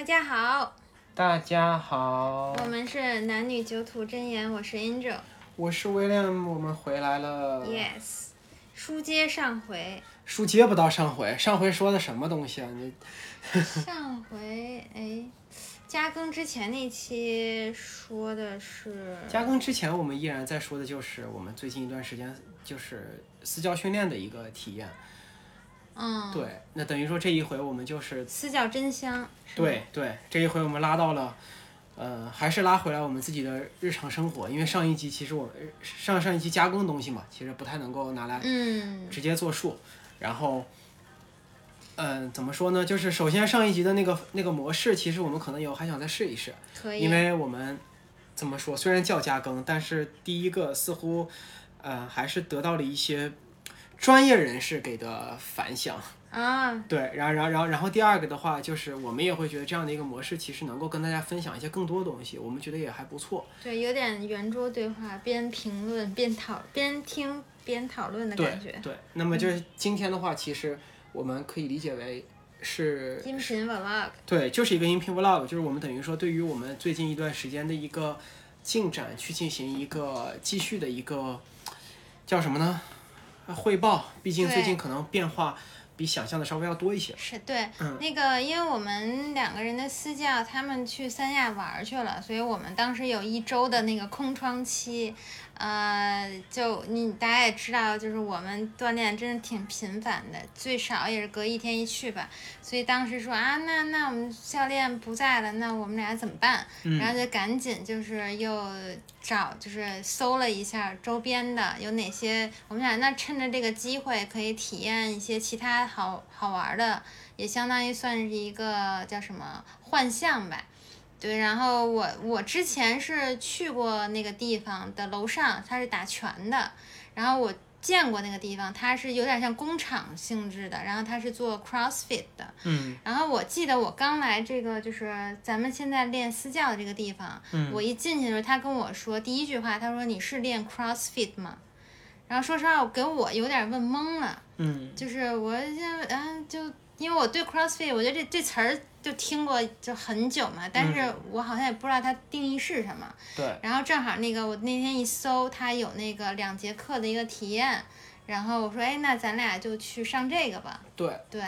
家好， 大家好， 我们是男女九土真言，我是 Angel， 我是 William， 我们回来了。 Yes， 书接上回， 书接不到上回，上回说的什么东西啊？ 上回加更之前那期说的是加更之前，我们依然在说的就是我们最近一段时间就是私教训练的一个体验。对，那等于说这一回我们就是私教真香。 对，这一回我们拉到了，还是拉回来我们自己的日常生活，因为上一集其实我上一集加更的东西嘛，其实不太能够拿来直接做数，然后。怎么说呢？就是首先上一集的那个模式，其实我们可能以后还想再试一试， 可以。 因为我们怎么说，虽然叫加更，但是第一个似乎还是得到了一些专业人士给的反响啊。 对，然后第二个的话，就是我们也会觉得这样的一个模式，其实能够跟大家分享一些更多的东西，我们觉得也还不错。 对，有点圆桌对话，边评论边听边讨论的感觉。 对，那么就是今天的话，其实。我们可以理解为是音频 vlog， 对，就是一个音频 vlog， 就是我们等于说对于我们最近一段时间的一个进展去进行一个继续的一个叫什么呢？汇报，毕竟最近可能变化比想象的稍微要多一些。 是对，那个因为我们两个人的私教他们去三亚玩去了，所以我们当时有1周的那个空窗期。就大家也知道，就是我们锻炼真的挺频繁的，最少也是隔1天1去吧。所以当时说啊，那我们教练不在了，那我们俩怎么办？然后就赶紧就是又就是搜了一下周边的有哪些，我们俩那趁着这个机会可以体验一些其他好玩的，也相当于算是一个叫什么幻象吧。对，然后我之前是去过那个地方的楼上，它是打拳的，然后我见过那个地方，它是有点像工厂性质的，然后它是做 CrossFit 的。然后我记得我刚来这个就是咱们现在练私教的这个地方，我一进去的时候，他跟我说第一句话，他说你是练 CrossFit 吗？然后说实话，给我有点问懵了。就是我就因为我对 CrossFit， 我觉得这词儿就听过就很久嘛，但是我好像也不知道它定义是什么。 对。 然后正好那个我那天一搜，它有那个2节课的一个体验，然后我说，那咱俩就去上这个吧。 对。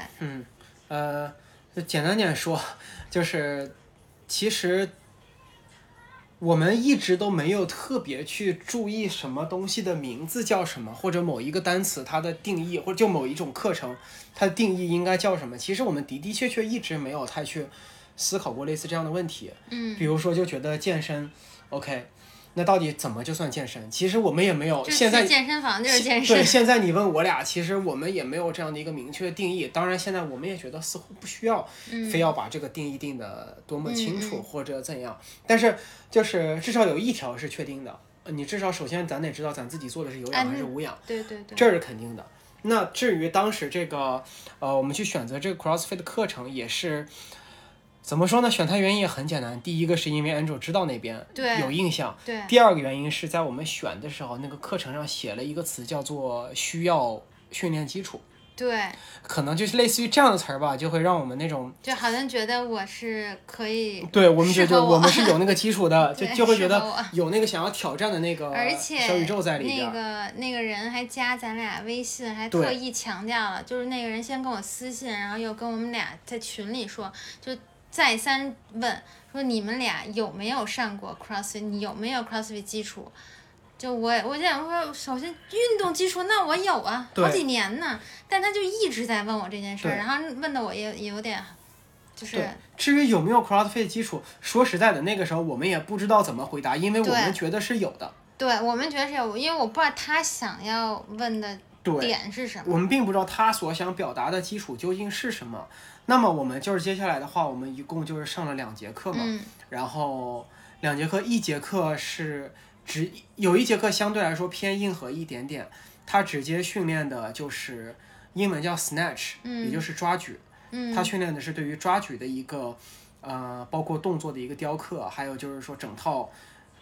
就简单点说，就是其实。我们一直都没有特别去注意什么东西的名字叫什么，或者某一个单词它的定义，或者就某一种课程它的定义应该叫什么。其实我们的确一直没有太去思考过类似这样的问题。比如说就觉得健身 OK， 那到底怎么就算健身？其实我们也没有，现在健身房就是健身。 对，现在你问我俩，其实我们也没有这样的一个明确的定义。当然现在我们也觉得似乎不需要非要把这个定义定的多么清楚或者怎样。但是就是至少有一条是确定的，你至少首先咱得知道咱自己做的是有氧还是无氧。 对， 这是肯定的。那至于当时这个我们去选择这个 CrossFit 课程也是怎么说呢？选它原因也很简单，第一个是因为 Andrew 知道那边有印象， 对。 第二个原因是在我们选的时候，那个课程上写了一个词叫做需要训练基础。 对。 可能就是类似于这样的词儿吧，就会让我们那种就好像觉得我是可以， 对，我们觉得我们是有那个基础的，就会觉得有那个想要挑战的那个小宇宙在里边。 那个人还加咱俩微信，还特意强调了，就是那个人先跟我私信，然后又跟我们俩在群里说，就再三问说你们俩有没有上过 CrossFit， 你有没有 CrossFit 基础？就我想说，首先运动基础那我有啊，好几年呢，但他就一直在问我这件事，然后问的我也有点就是。 至于有没有 CrossFit 基础，说实在的，那个时候我们也不知道怎么回答，因为我们觉得是有的。 对，我们觉得是有，因为我不知道他想要问的点是什么， 我们并不知道他所想表达的基础究竟是什么。那么我们就是接下来的话，我们一共就是上了2节课嘛，然后2节课，1节课是有1节课相对来说偏硬核一点点，它直接训练的就是英文叫 snatch，也就是抓举。它训练的是对于抓举的一个包括动作的一个雕刻，还有就是说整套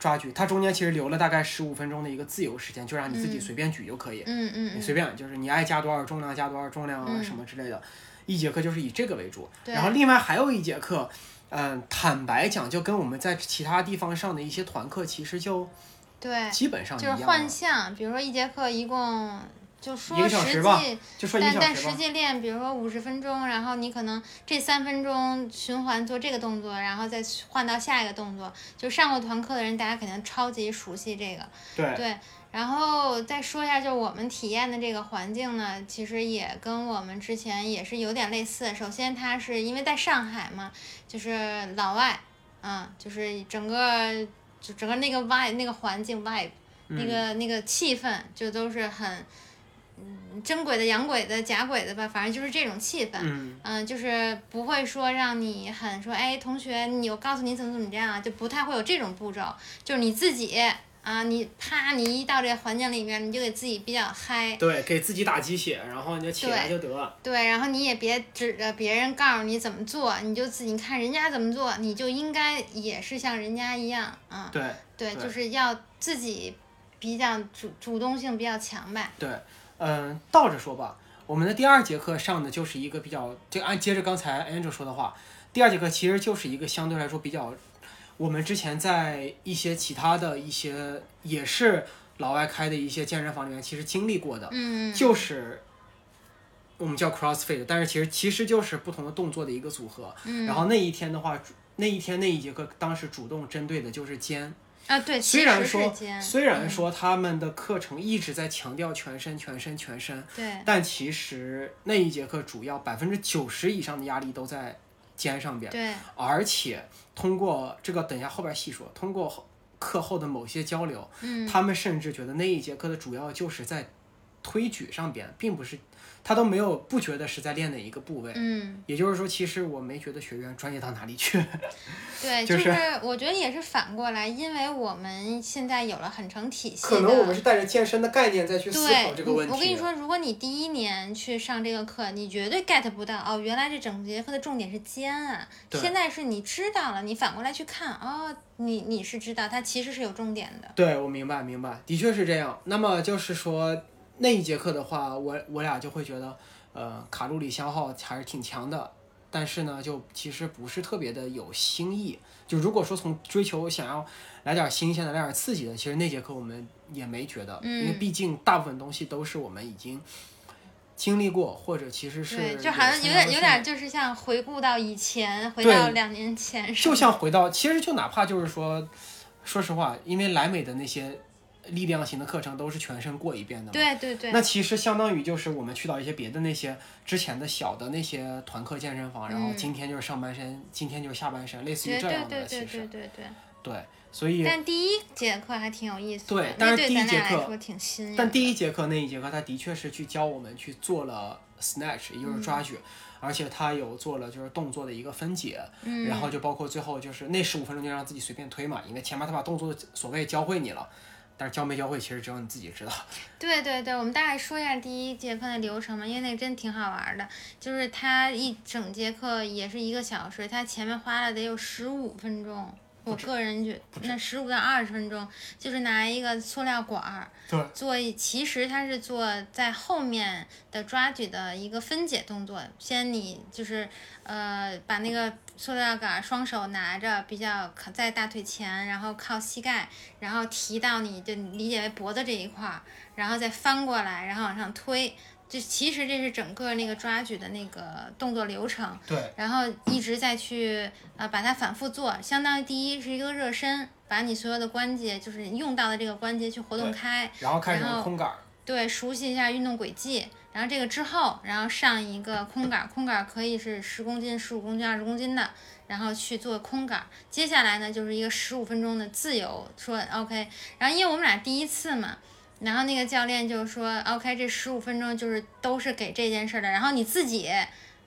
抓举，它中间其实留了大概15分钟的一个自由时间，就让你自己随便举就可以。你随便就是你爱加多少重量加多少重量啊，什么之类的。一节课就是以这个为主，然后另外还有一节课，坦白讲，就跟我们在其他地方上的一些团课其实就对基本上一样， 就是换项，比如说一节课一共。就说 1个小时吧，就说1个小时吧。 但实际练，比如说50分钟，然后你可能这3分钟循环做这个动作，然后再换到下一个动作。就上过团课的人，大家肯定超级熟悉这个。对。然后再说一下，就我们体验的这个环境呢，其实也跟我们之前也是有点类似。首先，它是因为在上海嘛，就是老外，就是整个那个 vibe 那个环境 vibe，那个气氛就都是很。真鬼的、洋鬼的、假鬼的吧，反正就是这种气氛。就是不会说让你很说，哎，同学，我告诉你怎么这样，就不太会有这种步骤。就是你自己你一到这个环境里面，你就给自己比较嗨。 对，给自己打鸡血，然后你就起来就得。 对，然后你也别指着别人告诉你怎么做，你就自己看人家怎么做，你就应该也是像人家一样对，就是要自己比较主动性比较强吧。 对。倒着说吧，我们的第2节课上的就是一个比较，就接着刚才 Andrew 说的话，第2节课其实就是一个相对来说比较，我们之前在一些其他的一些也是老外开的一些健身房里面其实经历过的，就是我们叫 CrossFit， 但是其实就是不同的动作的一个组合。然后那一天的话，那一节课当时主动针对的就是肩。 对， 虽然说他们的课程一直在强调全身， 对， 但其实那一节课主要90%以上的压力都在肩上边。 对， 而且通过这个，等一下后边细说，通过课后的某些交流，他们甚至觉得那一节课的主要就是在推举上边，并不是。他都没有不觉得是在练哪一个部位，也就是说，其实我没觉得学员专业到哪里去。 对，就是我觉得也是反过来，因为我们现在有了很成体系的， 可能我们是带着健身的概念再去思考这个问题。 我跟你说，如果你第1年去上这个课，你绝对 get 不到原来这整节课的重点是肩啊。现在是你知道了，你反过来去看你是知道它其实是有重点的。 对，我明白，的确是这样。那么就是说。那一节课的话，我俩就会觉得，卡路里消耗还是挺强的，但是呢，就其实不是特别的有新意。就如果说从追求想要来点新鲜的、来点刺激的，其实那节课我们也没觉得，因为毕竟大部分东西都是我们已经经历过，或者其实是对，就好像有点就是像回顾到以前，回到2年前， 就像回到其实就哪怕就是说实话，因为莱美的那些。力量型的课程都是全身过一遍的嘛， 对。 那其实相当于就是我们去到一些别的那些之前的小的那些团课健身房，然后今天就是上半身，今天就是下半身，类似于这样的。对，所以。 但第1节课还挺有意思的。 对，但是第1节课挺新颖。 但第1节课那一节课，他的确是去教我们去做了 snatch， 也就是抓举。而且他有做了就是动作的一个分解，然后就包括最后就是那15分钟就让自己随便推嘛，因为前面他把动作所谓教会你了。但是教没教会，其实只有你自己知道。 对，我们大概说一下第1节课的流程嘛，因为那个真挺好玩的。就是他一整节课也是1个小时，他前面花了得有15分钟。我个人觉得那15到20分钟，就是拿一个塑料管儿，其实它是做在后面的抓举的一个分解动作。先你就是把那个塑料杆双手拿着，比较在大腿前，然后靠膝盖，然后提到你就理解为脖子这一块，然后再翻过来，然后往上推。就其实这是整个那个抓举的那个动作流程，然后一直在去把它反复做，相当于第一是一个热身，把你所有的关节就是用到的这个关节去活动开， 然后开始空杆， 对，熟悉一下运动轨迹，然后这个之后，然后上一个空杆，空杆可以是10公斤、15公斤、20公斤的，然后去做空杆。接下来呢就是一个15分钟的自由，说 OK， 然后因为我们俩第1次嘛。然后那个教练就说 OK， 这15分钟就是都是给这件事的，然后你自己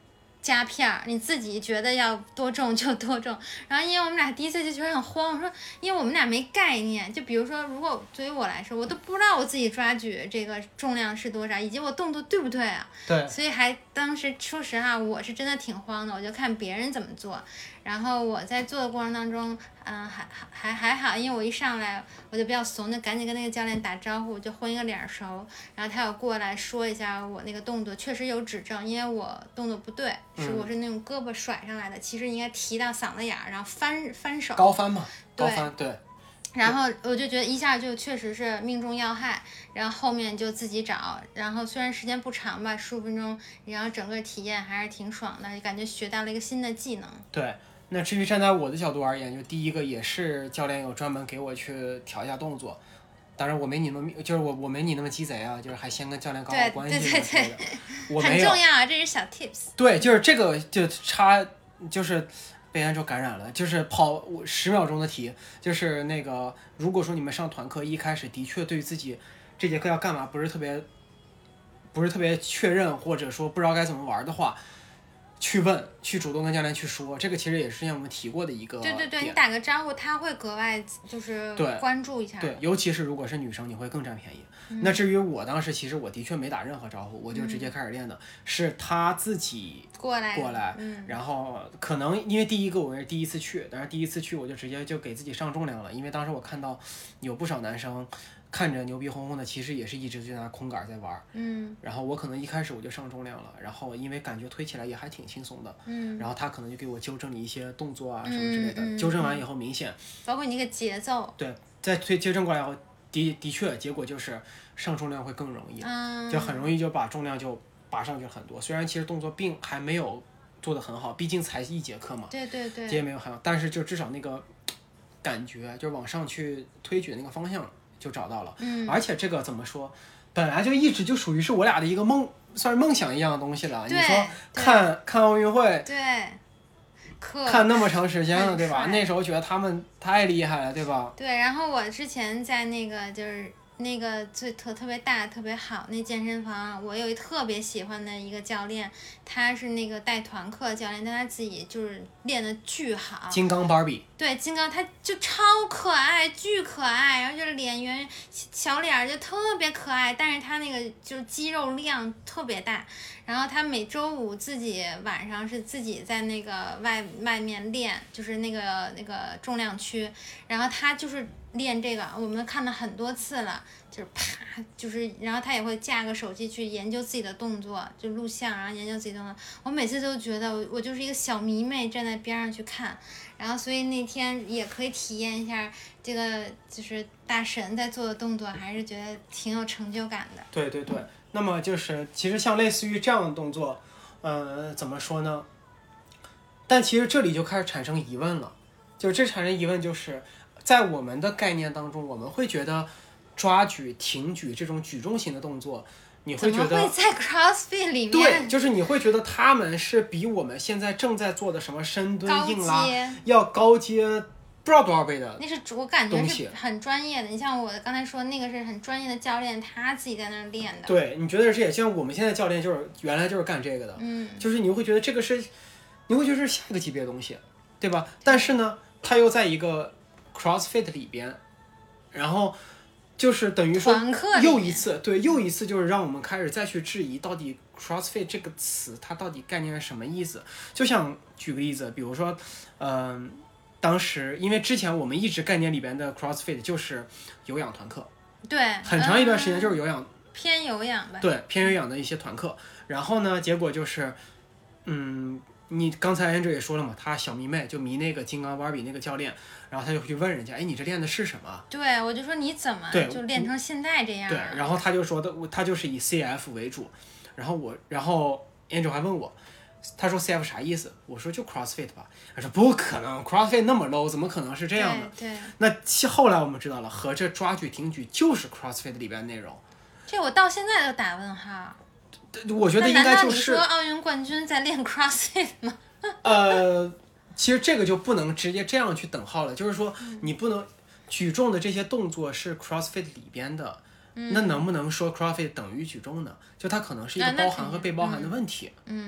夹片儿，你自己觉得要多重就多重。然后因为我们俩第一次就觉得很慌，我说因为我们俩没概念，就比如说如果对于我来说，我都不知道我自己抓举这个重量是多少，以及我动作对不对啊？ 对， 所以当时说实话，我是真的挺慌的，我就看别人怎么做。然后我在做的过程当中，还好，因为我一上来我就比较怂，就赶紧跟那个教练打招呼，就混一个脸熟。然后他有过来说一下我那个动作，确实有指正，因为我动作不对，我是那种胳膊甩上来的，其实应该提到嗓子眼儿，然后翻手。 高翻嘛，高翻对。 然后我就觉得一下就确实是命中要害，然后后面就自己找，然后虽然时间不长吧，15分钟，然后整个体验还是挺爽的，感觉学到了一个新的技能。 对。那至于站在我的角度而言，就第一个也是教练有专门给我去调一下动作，当然我没你那么，就是我没你那么鸡贼啊，就是还先跟教练搞好关系之类的。我没有。 很重要啊，这是小 tips。 对，就是这个就是被安卓感染了，就是跑10秒钟的题，就是那个如果说你们上团课一开始的确对自己这节课要干嘛不是特别确认，或者说不知道该怎么玩的话，去问，去主动跟教练去说，这个其实也是之前我们提过的一个点。 对，你打个招呼，他会格外就是关注一下。 对，尤其是如果是女生，你会更占便宜。那至于我当时，其实我的确没打任何招呼，我就直接开始练的，是他自己过来，然后可能因为第一个我是第一次去，但是第一次去我就直接就给自己上重量了，因为当时我看到有不少男生看着牛逼哄哄的，其实也是一直就拿空杆在玩，然后我可能一开始我就上重量了，然后因为感觉推起来也还挺轻松的，然后他可能就给我纠正了一些动作啊什么之类的，纠正完以后明显， 包括你那个节奏， 对，再纠正过来以后，的确结果就是上重量会更容易，就很容易就把重量就拔上去很多，虽然其实动作并还没有做得很好，毕竟才一节课嘛， 对， 也没有很好，但是就至少那个感觉就是往上去推举的那个方向就找到了，而且这个怎么说，本来就一直就属于是我俩的一个算是梦想一样的东西了。你说看奥运会， 对， 看那么长时间了，对吧？那时候觉得他们太厉害了，对吧？ 对，然后我之前在那个就是那个特别大特别好那健身房，我有一特别喜欢的一个教练，他是那个带团课教练，但他自己就是练得巨好。 金刚芭比。 对，金刚他就超可爱，巨可爱，然后就是脸圆小脸就特别可爱，但是他那个就是肌肉量特别大。然后他每周五自己晚上是自己在那个外面练，就是那个重量区，然后他就是练这个，我们看了很多次了，就是啪，就是然后他也会架个手机去研究自己的动作，就录像，然后研究自己动作。我每次都觉得我就是一个小迷妹站在边上去看，然后所以那天也可以体验一下这个就是大神在做的动作，还是觉得挺有成就感的。 对。那么就是其实像类似于这样的动作，怎么说呢？但其实这里就开始产生疑问了，就是这产生疑问就是在我们的概念当中，我们会觉得抓举、挺举这种举重型的动作，你会觉得怎么会在 CrossFit 里面？ 对，就是你会觉得他们是比我们现在正在做的什么深蹲、硬拉要高阶不知道多少倍的。 那是我感觉是很专业的。你像我刚才说那个是很专业的教练，他自己在那儿练的。 对，你觉得是也像我们现在教练就是原来就是干这个的，就是你会觉得这个是，你会觉得是下一个级别的东西，对吧？但是呢，他又在一个 CrossFit 里边，然后就是等于说又一次就是让我们开始再去质疑到底 CrossFit 这个词它到底概念是什么意思。就像举个例子，比如说当时因为之前我们一直概念里边的 CrossFit 就是有氧团课， 对， 很长一段时间就是有氧， 偏有氧吧， 对，偏有氧的一些团课。然后呢，结果就是你刚才 Andrew 也说了嘛，他小迷妹就迷那个金刚芭比那个教练，然后他就去问人家，哎，你这练的是什么？ 对，我就说你怎么就练成现在这样？ 对，然后他就说他就是以 CF 为主，然后 Andrew 还问我，他说 CF 啥意思？我说就 CrossFit 吧。他说不可能 ，CrossFit 那么 low， 怎么可能是这样的？ 对。 那后来我们知道了，合着抓举挺举就是 CrossFit 里边的内容。 这我到现在都打问号。 我觉得应该就是。难道你说奥运冠军在练 CrossFit 吗？ 其实这个就不能直接这样去等号了，就是说你不能举重的这些动作是 CrossFit 里边的，那能不能说 CrossFit 等于举重呢？就它可能是一个包含和被包含的问题。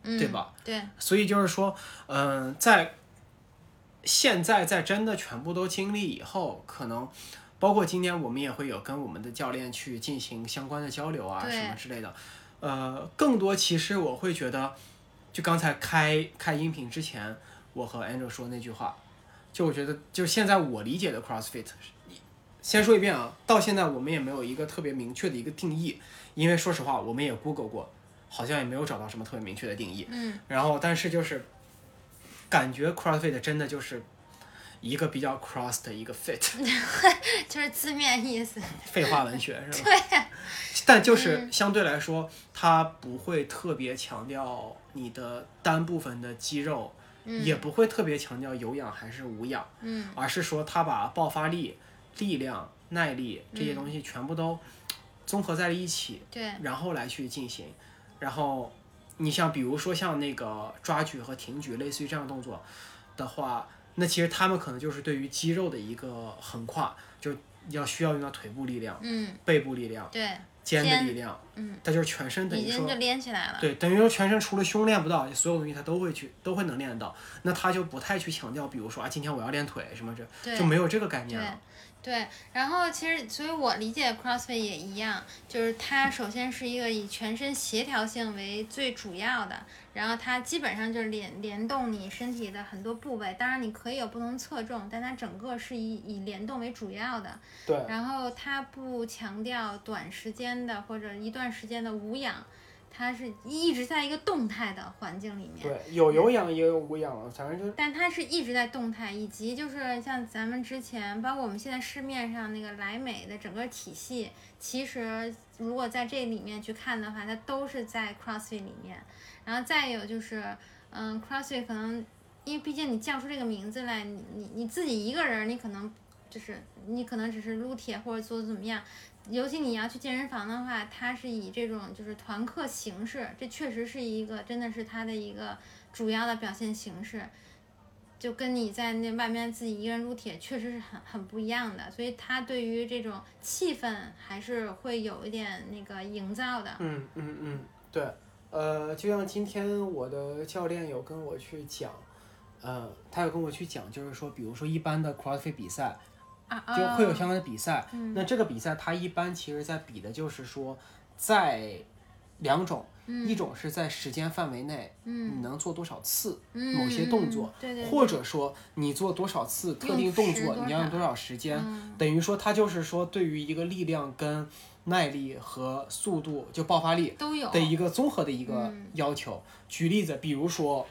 对吧？ 对。 所以就是说，在现在真的全部都经历以后，可能包括今年我们也会有跟我们的教练去进行相关的交流啊什么之类的。更多其实我会觉得，就刚才开音频之前，我和 Andrew 说那句话，就我觉得就现在我理解的 CrossFit， 先说一遍啊，到现在我们也没有一个特别明确的一个定义，因为说实话我们也 Google 过，好像也没有找到什么特别明确的定义。然后但是就是感觉 CrossFit 真的就是一个比较 cross 的一个 fit， 就是字面意思。 废话文学是吧？ 对。 但就是相对来说，它不会特别强调你的单部分的肌肉，也不会特别强调有氧还是无氧，而是说它把爆发力、力量、耐力这些东西全部都综合在了一起， 对， 然后来去进行。然后你像比如说像那个抓举和挺举，类似于这样的动作的话，那其实他们可能就是对于肌肉的一个横跨，就需要用到腿部力量，背部力量， 对， 肩的力量，它就是全身等于说已经就连起来了。 对，等于说全身除了胸练不到，所有东西它都会能练得到。那他就不太去强调，比如说啊，今天我要练腿什么就没有这个概念了。 对，然后其实，所以我理解 CrossFit 也一样，就是它首先是一个以全身协调性为最主要的，然后它基本上就是联动你身体的很多部位，当然你可以有不同侧重，但它整个是以联动为主要的。 对。 然后它不强调短时间的或者一段时间的无氧。它是一直在一个动态的环境里面， 对，有有氧也有无氧，反正就。 但它是一直在动态，以及就是像咱们之前，包括我们现在市面上那个莱美的整个体系，其实如果在这里面去看的话，它都是在 CrossFit 里面。然后再有就是，CrossFit 可能因为毕竟你叫出这个名字来，你自己一个人，你可能只是撸铁或者做怎么样。尤其你要去健身房的话，它是以这种就是团课形式，这确实是一个真的是它的一个主要的表现形式，就跟你在那外面自己一个人撸铁确实是很不一样的，所以它对于这种气氛还是会有一点那个营造的。 对，就像今天我的教练有跟我去讲，他有跟我去讲，就是说，比如说一般的 CrossFit 比赛。就会有相关的比赛，那这个比赛它一般其实在比的就是说，在两种，一种是在时间范围内，你能做多少次某些动作，或者说你做多少次特定动作，你要用多少时间，等于说它就是说对于一个力量跟耐力和速度，就爆发力都有的一个综合的一个要求。举例子，比如说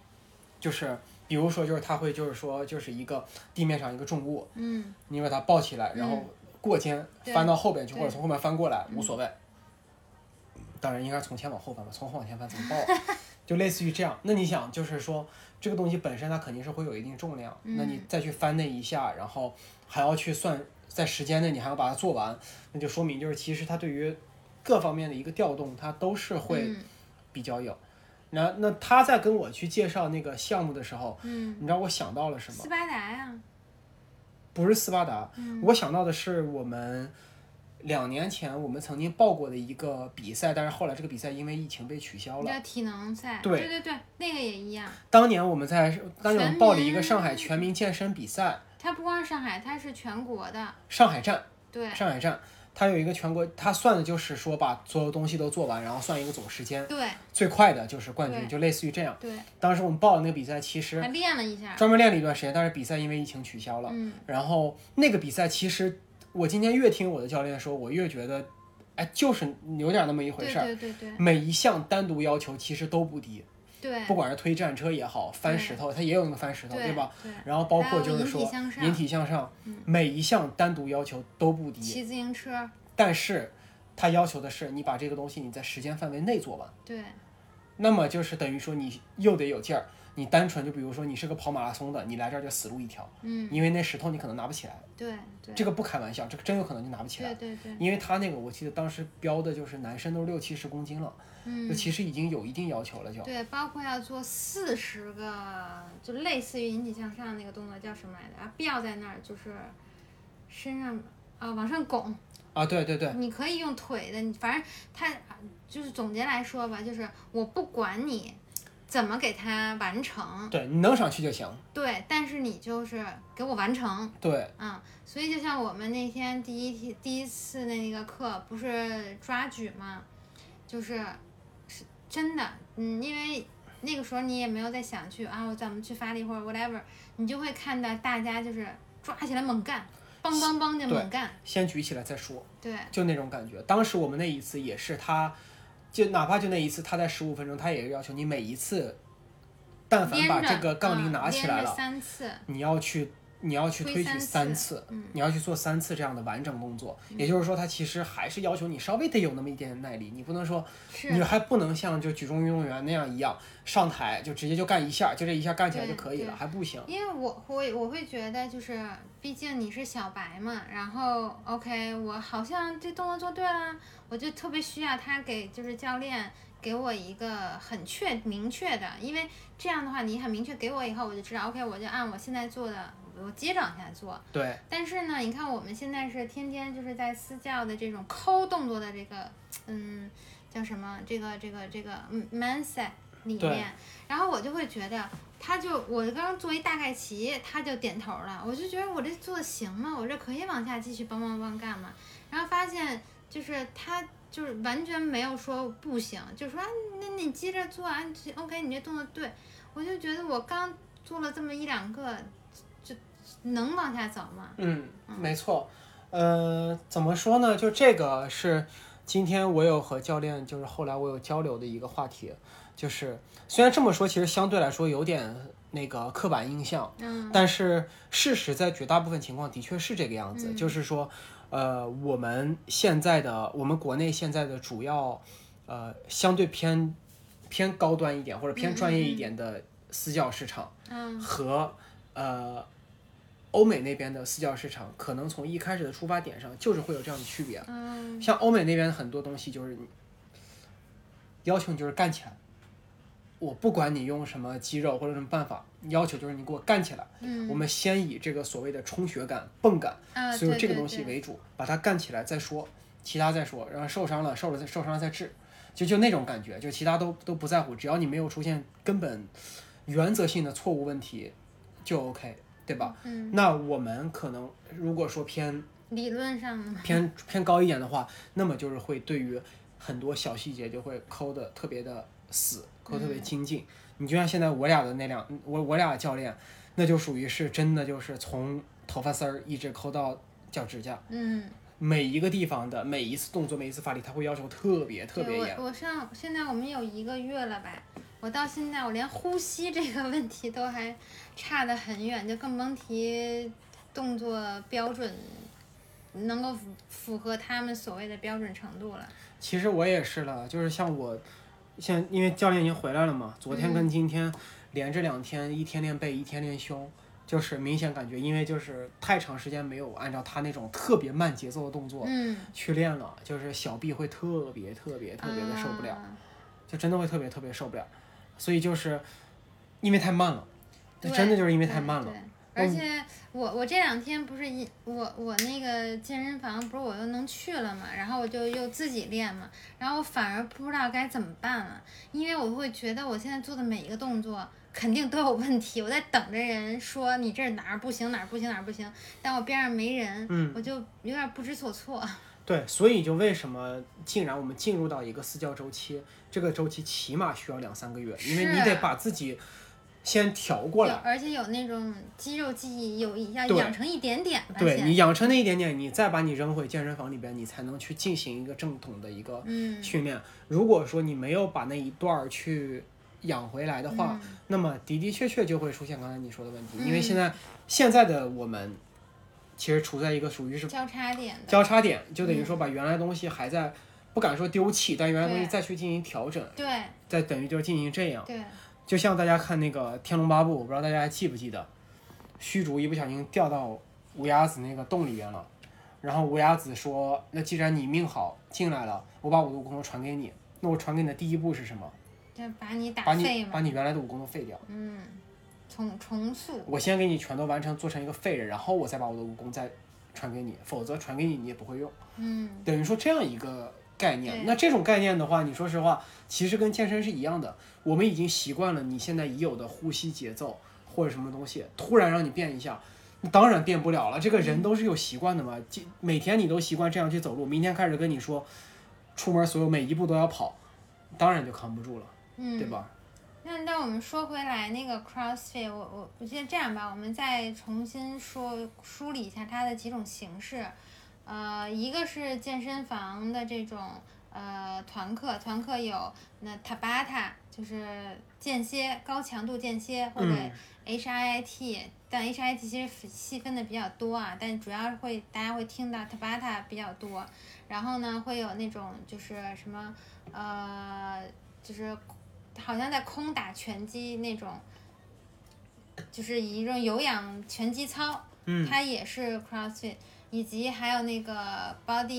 就是他会就是说就是一个地面上一个重物，你把它抱起来，然后过肩翻到后边去，或者从后面翻过来，无所谓。当然应该从前往后翻吧，从后往前翻怎么抱？就类似于这样。那你想就是说这个东西本身它肯定是会有一定重量，那你再去翻那一下，然后还要去算在时间内你还要把它做完，那就说明就是其实它对于各方面的一个调动它都是会比较有。那他在跟我去介绍那个项目的时候，你知道我想到了什么？ 斯巴达呀？ 不是斯巴达，我想到的是我们2年前我们曾经报过的一个比赛，但是后来这个比赛因为疫情被取消了。 叫体能赛。 对， 那个也一样。 当年我们报了一个上海全民健身比赛。 它不光是上海，它是全国的。 上海站。 对。 上海站。它有一个全国，它算的就是说把所有东西都做完，然后算一个总时间。 对。 最快的就是冠军，就类似于这样。 对。 当时我们报的那个比赛，其实还练了一下， 专门练了一段时间，但是比赛因为疫情取消了。然后那个比赛，其实我今天越听我的教练说，我越觉得，哎，就是有点那么一回事儿。 对。 每一项单独要求其实都不低。 对， 不管是推战车也好，翻石头，它也有那个翻石头，对吧？ 对。 然后包括就是说引体向上，每一项单独要求都不低。 骑自行车。 但是，它要求的是你把这个东西你在时间范围内做完。 对。 那么就是等于说你又得有劲儿，你单纯就比如说你是个跑马拉松的，你来这儿就死路一条。因为那石头你可能拿不起来。 对。 这个不开玩笑，这个真有可能就拿不起来。 对。 因为他那个我记得当时标的就是男生都60-70公斤了。就其实已经有一定要求了，就对，包括要做40个，就类似于引体向上那个动作叫什么来着？啊，吊在那儿就是身上往上拱啊，对。 你可以用腿的，反正它就是总结来说吧，就是我不管你怎么给它完成。 对，你能上去就行。 对，但是你就是给我完成。 对， 所以就像我们那天第一次那个课不是抓举嘛，是真的，因为那个时候你也没有在想去我怎么去发力或者 whatever， 你就会看到大家就是抓起来猛干，梆梆梆就猛干， 先举起来再说。 对， 就那种感觉。当时我们那一次也是就哪怕就那一次，他在15分钟，他也要求你每一次，但凡把这个杠铃拿起来了 ，3次， 你要去推举3次，你要去做3次这样的完整动作。也就是说，他其实还是要求你稍微得有那么一点点耐力，你不能说，你还不能像就举重运动员那样一样上台就直接就干一下，就这一下干起来就可以了，还不行。 因为我会觉得就是毕竟你是小白嘛，然后 OK， 我好像这动作做对了，我就特别需要他就是教练给我一个很明确的，因为这样的话你很明确给我以后，我就知道 OK， 我就按我现在做的我接着往下做。 对。 但是呢，你看我们现在是天天就是在私教的这种抠动作的这个叫什么这个mindset 里面，然后我就会觉得我刚做一大概齐，他就点头了，我就觉得我这做的行吗？我这可以往下继续梆梆梆干嘛？然后发现就是他就是完全没有说不行，就说那你接着做OK， 你这动作对，我就觉得我刚做了这么1-2个，就能往下走吗？ 没错。怎么说呢？就这个是今天我有和教练，就是后来我有交流的一个话题，就是虽然这么说，其实相对来说有点那个刻板印象，但是事实在绝大部分情况的确是这个样子，就是说，我们国内现在的主要，相对偏高端一点或者偏专业一点的私教市场，和欧美那边的私教市场，可能从一开始的出发点上就是会有这样的区别。像欧美那边很多东西就是要求你就是干起来，我不管你用什么肌肉或者什么办法，要求就是你给我干起来。我们先以这个所谓的充血感、泵感，所有这个东西为主，把它干起来再说，其他再说，然后受伤了再治，就那种感觉，就其他都不在乎，只要你没有出现根本原则性的错误问题就 OK。对吧？那我们可能如果说偏理论上偏高一点的话，那么就是会对于很多小细节就会抠的特别的死，抠特别精进。你就像现在我俩的我俩教练，那就属于是真的就是从头发丝儿一直抠到脚指甲。每一个地方的每一次动作、每一次发力，他会要求特别严。 现在我们有1个月了吧？我到现在我连呼吸这个问题都还差得很远，就更甭提动作标准能够符合他们所谓的标准程度了。 其实我也是了，就是像因为教练已经回来了嘛，昨天跟今天连着2天，一天练背，一天练胸，就是明显感觉，因为就是太长时间没有按照他那种特别慢节奏的动作去练了，就是小臂会特别的受不了，就真的会特别受不了。所以就是因为太慢了，真的就是因为太慢了。 而且我这2天不是我那个健身房不是我又能去了嘛，然后我就又自己练嘛，然后我反而不知道该怎么办了，因为我会觉得我现在做的每一个动作肯定都有问题，我在等着人说你这哪儿不行，但我边上没人，我就有点不知所措。 对，所以就为什么竟然我们进入到一个私教周期，这个周期起码需要2-3个月，因为你得把自己先调过来， 而且有那种肌肉记忆，要养成一点点吧。 对，你养成那一点点，你再把你扔回健身房里边，你才能去进行一个正统的一个训练。如果说你没有把那一段去养回来的话，那么的确就会出现刚才你说的问题，因为现在的我们其实处在一个属于是交叉点， 就等于说把原来的东西还在不敢说丢弃，但原来的东西再去进行调整， 对， 再等于就是进行这样。 对， 就像大家看那个《天龙八部》，我不知道大家还记不记得，虚竹一不小心掉到无崖子那个洞里边了，然后无崖子说：“那既然你命好进来了，我把武功传给你，那我传给你的第一步是什么？ 就把你打废嘛， 把你原来的武功都废掉。 重塑。 我先给你全都完成，做成一个废人，然后我再把我的武功再传给你，否则传给你你也不会用。等于说这样一个概念。那这种概念的话，你说实话，其实跟健身是一样的，我们已经习惯了你现在已有的呼吸节奏或者什么东西，突然让你变一下，当然变不了了。这个人都是有习惯的嘛，每天你都习惯这样去走路，明天开始跟你说，出门所有每一步都要跑，当然就扛不住了，对吧？ 那我们说回来那个 CrossFit，我觉得这样吧，我们再重新梳理一下它的几种形式。一个是健身房的这种团课有那 Tabata， 就是间歇高强度间歇，或者 HIIT，但 HIIT 其实细分的比较多啊，但主要大家会听到 Tabata 比较多。然后呢，会有那种就是什么就是好像在空打拳击那种，就是一种有氧拳击操，它也是 CrossFit， 以及还有那个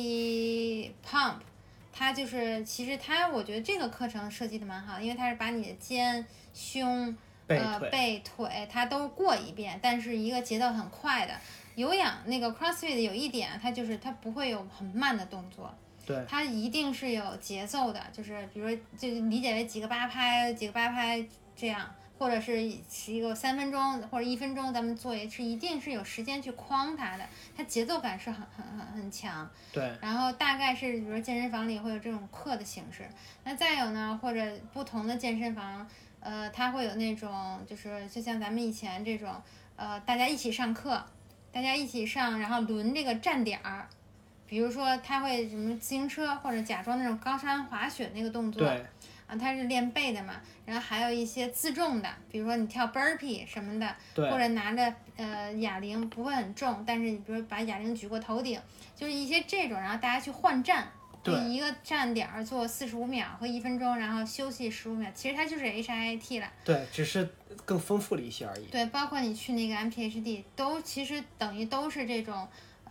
Body Pump， 它就是其实我觉得这个课程设计的蛮好的，因为它是把你的肩、胸、背、腿它都过一遍，但是一个节奏很快的。有氧那个 CrossFit 有一点，它不会有很慢的动作。 对， 它一定是有节奏的，就是比如说就理解为几个八拍这样，或者是一个3分钟或者1分钟，咱们做也是一定是有时间去框它的，它节奏感是很强。 对。 然后大概是比如说健身房里会有这种课的形式，那再有呢，或者不同的健身房，它会有那种就像咱们以前这种，大家一起上课，大家一起上，然后轮这个站点儿。比如说他会什么自行车或者假装那种高山滑雪那个动作， 对， 他是练背的嘛。然后还有一些自重的，比如说你跳 burpee 什么的，或者拿着哑铃不会很重，但是比如把哑铃举过头顶，就是一些这种，然后大家去换站，一个站点做45秒和1分钟，然后休息15秒，其实它就是 HIIT 了。 对，只是更丰富了一些而已。 对，包括你去那个 MPHD 都其实等于都是这种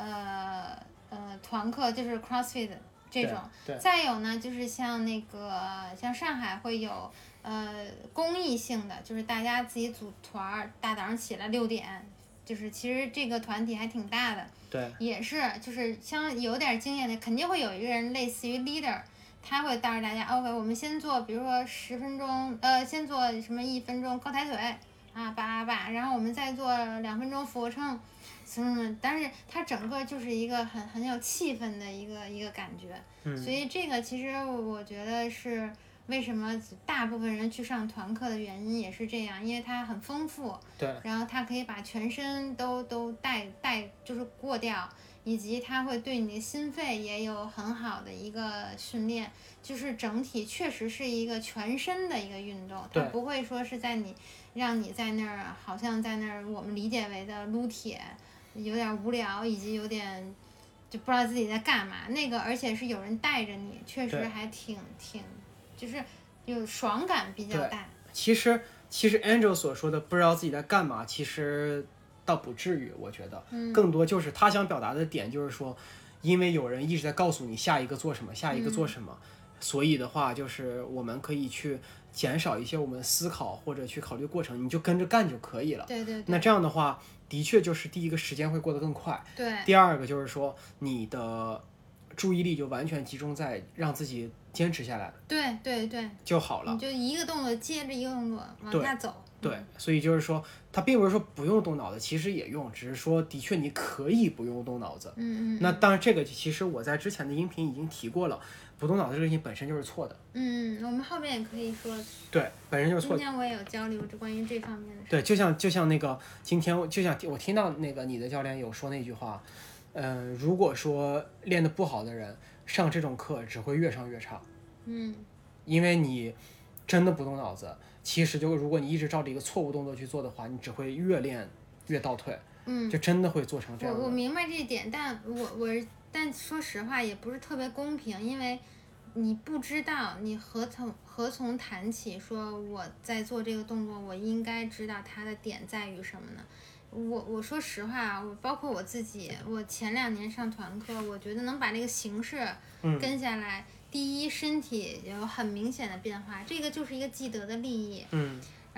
团课，就是 CrossFit 这种。再有呢，就是像上海会有公益性的，就是大家自己组团，大早上起来6点，就是其实这个团体还挺大的。 对， 也是就是像有点经验的，肯定会有一个人类似于 leader， 他会带着大家 OK， 我们先做，比如说10分钟，先做什么1分钟高抬腿啊，叭，然后我们再做2分钟俯卧撑。但是它整个就是一个很有气氛的一个感觉，所以这个其实我觉得是为什么大部分人去上团课的原因也是这样，因为它很丰富， 对， 然后它可以把全身都带就是过掉，以及它会对你的心肺也有很好的一个训练，就是整体确实是一个全身的一个运动，它不会说是让你在那儿好像在那儿我们理解为的撸铁。有点无聊，以及有点就不知道自己在干嘛。那个，而且是有人带着你，确实还挺，就是有爽感比较大。 其实 Angel 所说的不知道自己在干嘛，其实倒不至于，我觉得，更多就是他想表达的点就是说，因为有人一直在告诉你下一个做什么，下一个做什么，所以的话就是我们可以去减少一些我们思考或者去考虑过程，你就跟着干就可以了。 对。 那这样的话。的确，就是第一个时间会过得更快。 对。 第二个就是说，你的注意力就完全集中在让自己坚持下来。 对就好了。 你就一个动作接着一个动作往下走。 对，所以就是说，它并不是说不用动脑子，其实也用，只是说的确你可以不用动脑子。那当然，这个其实我在之前的音频已经提过了。不动脑子这个事情本身就是错的。 我们后面也可以说。 对，本身就是错的。 今天我也有交流关于这方面的事。 对，就像那个今天，就像我听到那个你的教练有说那句话，如果说练得不好的人上这种课只会越上越差。因为你真的不动脑子，其实就如果你一直照着一个错误动作去做的话，你只会越练越倒退。就真的会做成这样的。 我明白这一点，但说实话也不是特别公平，因为你不知道你何从谈起，说我在做这个动作，我应该知道它的点在于什么呢？我说实话，我包括我自己，我前2年上团课，我觉得能把这个形式跟下来，第一身体有很明显的变化，这个就是一个既得的利益。然后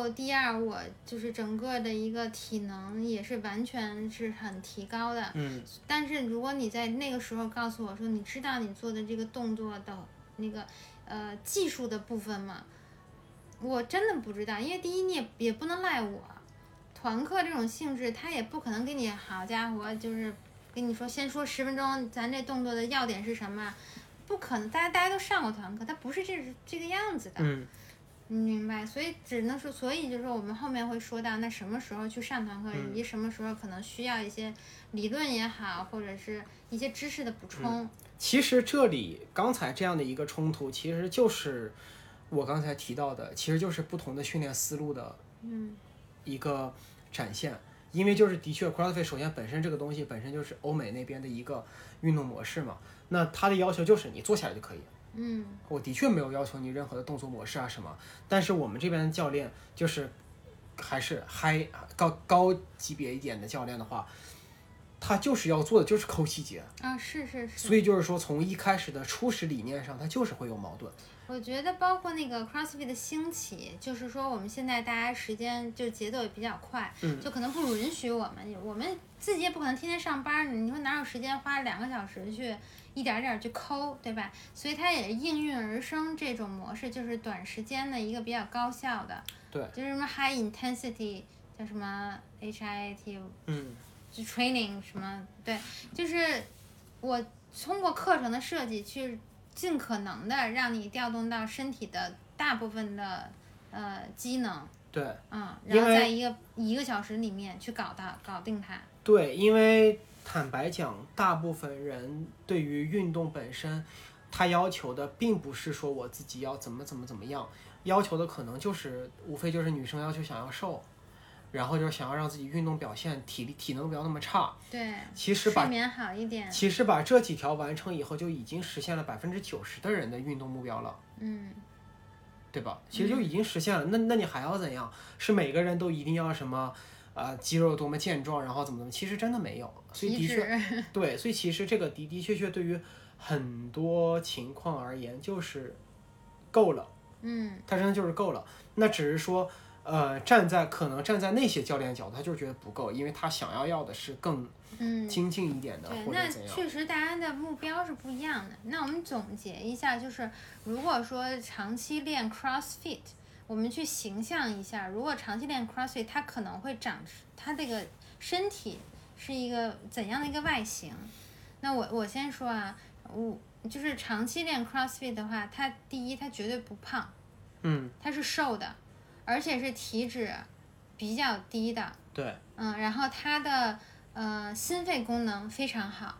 第二，我就是整个的一个体能也是完全是很提高的。但是如果你在那个时候告诉我说，你知道你做的这个动作的那个技术的部分吗？我真的不知道，因为第一你也不能赖我，团课这种性质，他也不可能给你好家伙就是跟你说先说10分钟，咱这动作的要点是什么，不可能，大家都上过团课，它不是这个样子的。你明白，所以只能说，所以就是我们后面会说到，那什么时候去上团课，以及什么时候可能需要一些理论也好，或者是一些知识的补充。 其实这里刚才这样的一个冲突，其实就是我刚才提到的，其实就是不同的训练思路的一个展现。因为就是的确 CrossFit 首先本身这个东西本身就是欧美那边的一个运动模式嘛，那它的要求就是你坐下来就可以。我的确没有要求你任何的动作模式啊什么，但是我们这边的教练就是还是高级别一点的教练的话，他就是要做的就是抠细节啊，是。 所以就是说从一开始的初始理念上，它就是会有矛盾。 我觉得包括那个 CrossFit 的兴起，就是说我们现在大家时间就节奏也比较快，就可能不允许我们自己也不可能天天上班，你说哪有时间花2个小时去一点点去抠，对吧？所以它也应运而生这种模式，就是短时间的一个比较高效的， 对， 就是什么 high intensity 叫什么 HIIT，就 training 什么，对，就是我通过课程的设计去尽可能的让你调动到身体的大部分的机能， 对， 然后在一个小时里面去搞定它。 对，因为坦白讲，大部分人对于运动本身，他要求的并不是说我自己要怎么样，要求的可能就是无非就是女生要求想要瘦，然后就是想要让自己运动表现体能不要那么差。 对， 其实睡眠好一点。 其实把这几条完成以后，就已经实现了90%的人的运动目标了。对吧？其实就已经实现了。那你还要怎样？是每个人都一定要什么肌肉多么健壮，然后怎么？其实真的没有。所以的确，对，所以其实这个的确对于很多情况而言就是够了。它真的就是够了。那只是说。可能站在那些教练角度，他就是觉得不够，因为他想要的是更精进一点的，或者怎样。 那确实大家的目标是不一样的。那我们总结一下，就是如果说长期练 CrossFit， 我们去形象一下，如果长期练 CrossFit， 它可能会它这个身体是一个怎样的一个外形？那我先说啊，就是长期练 CrossFit 的话，它第一，它绝对不胖，它是瘦的。而且是体脂比较低的， 对， 然后它的心肺功能非常好，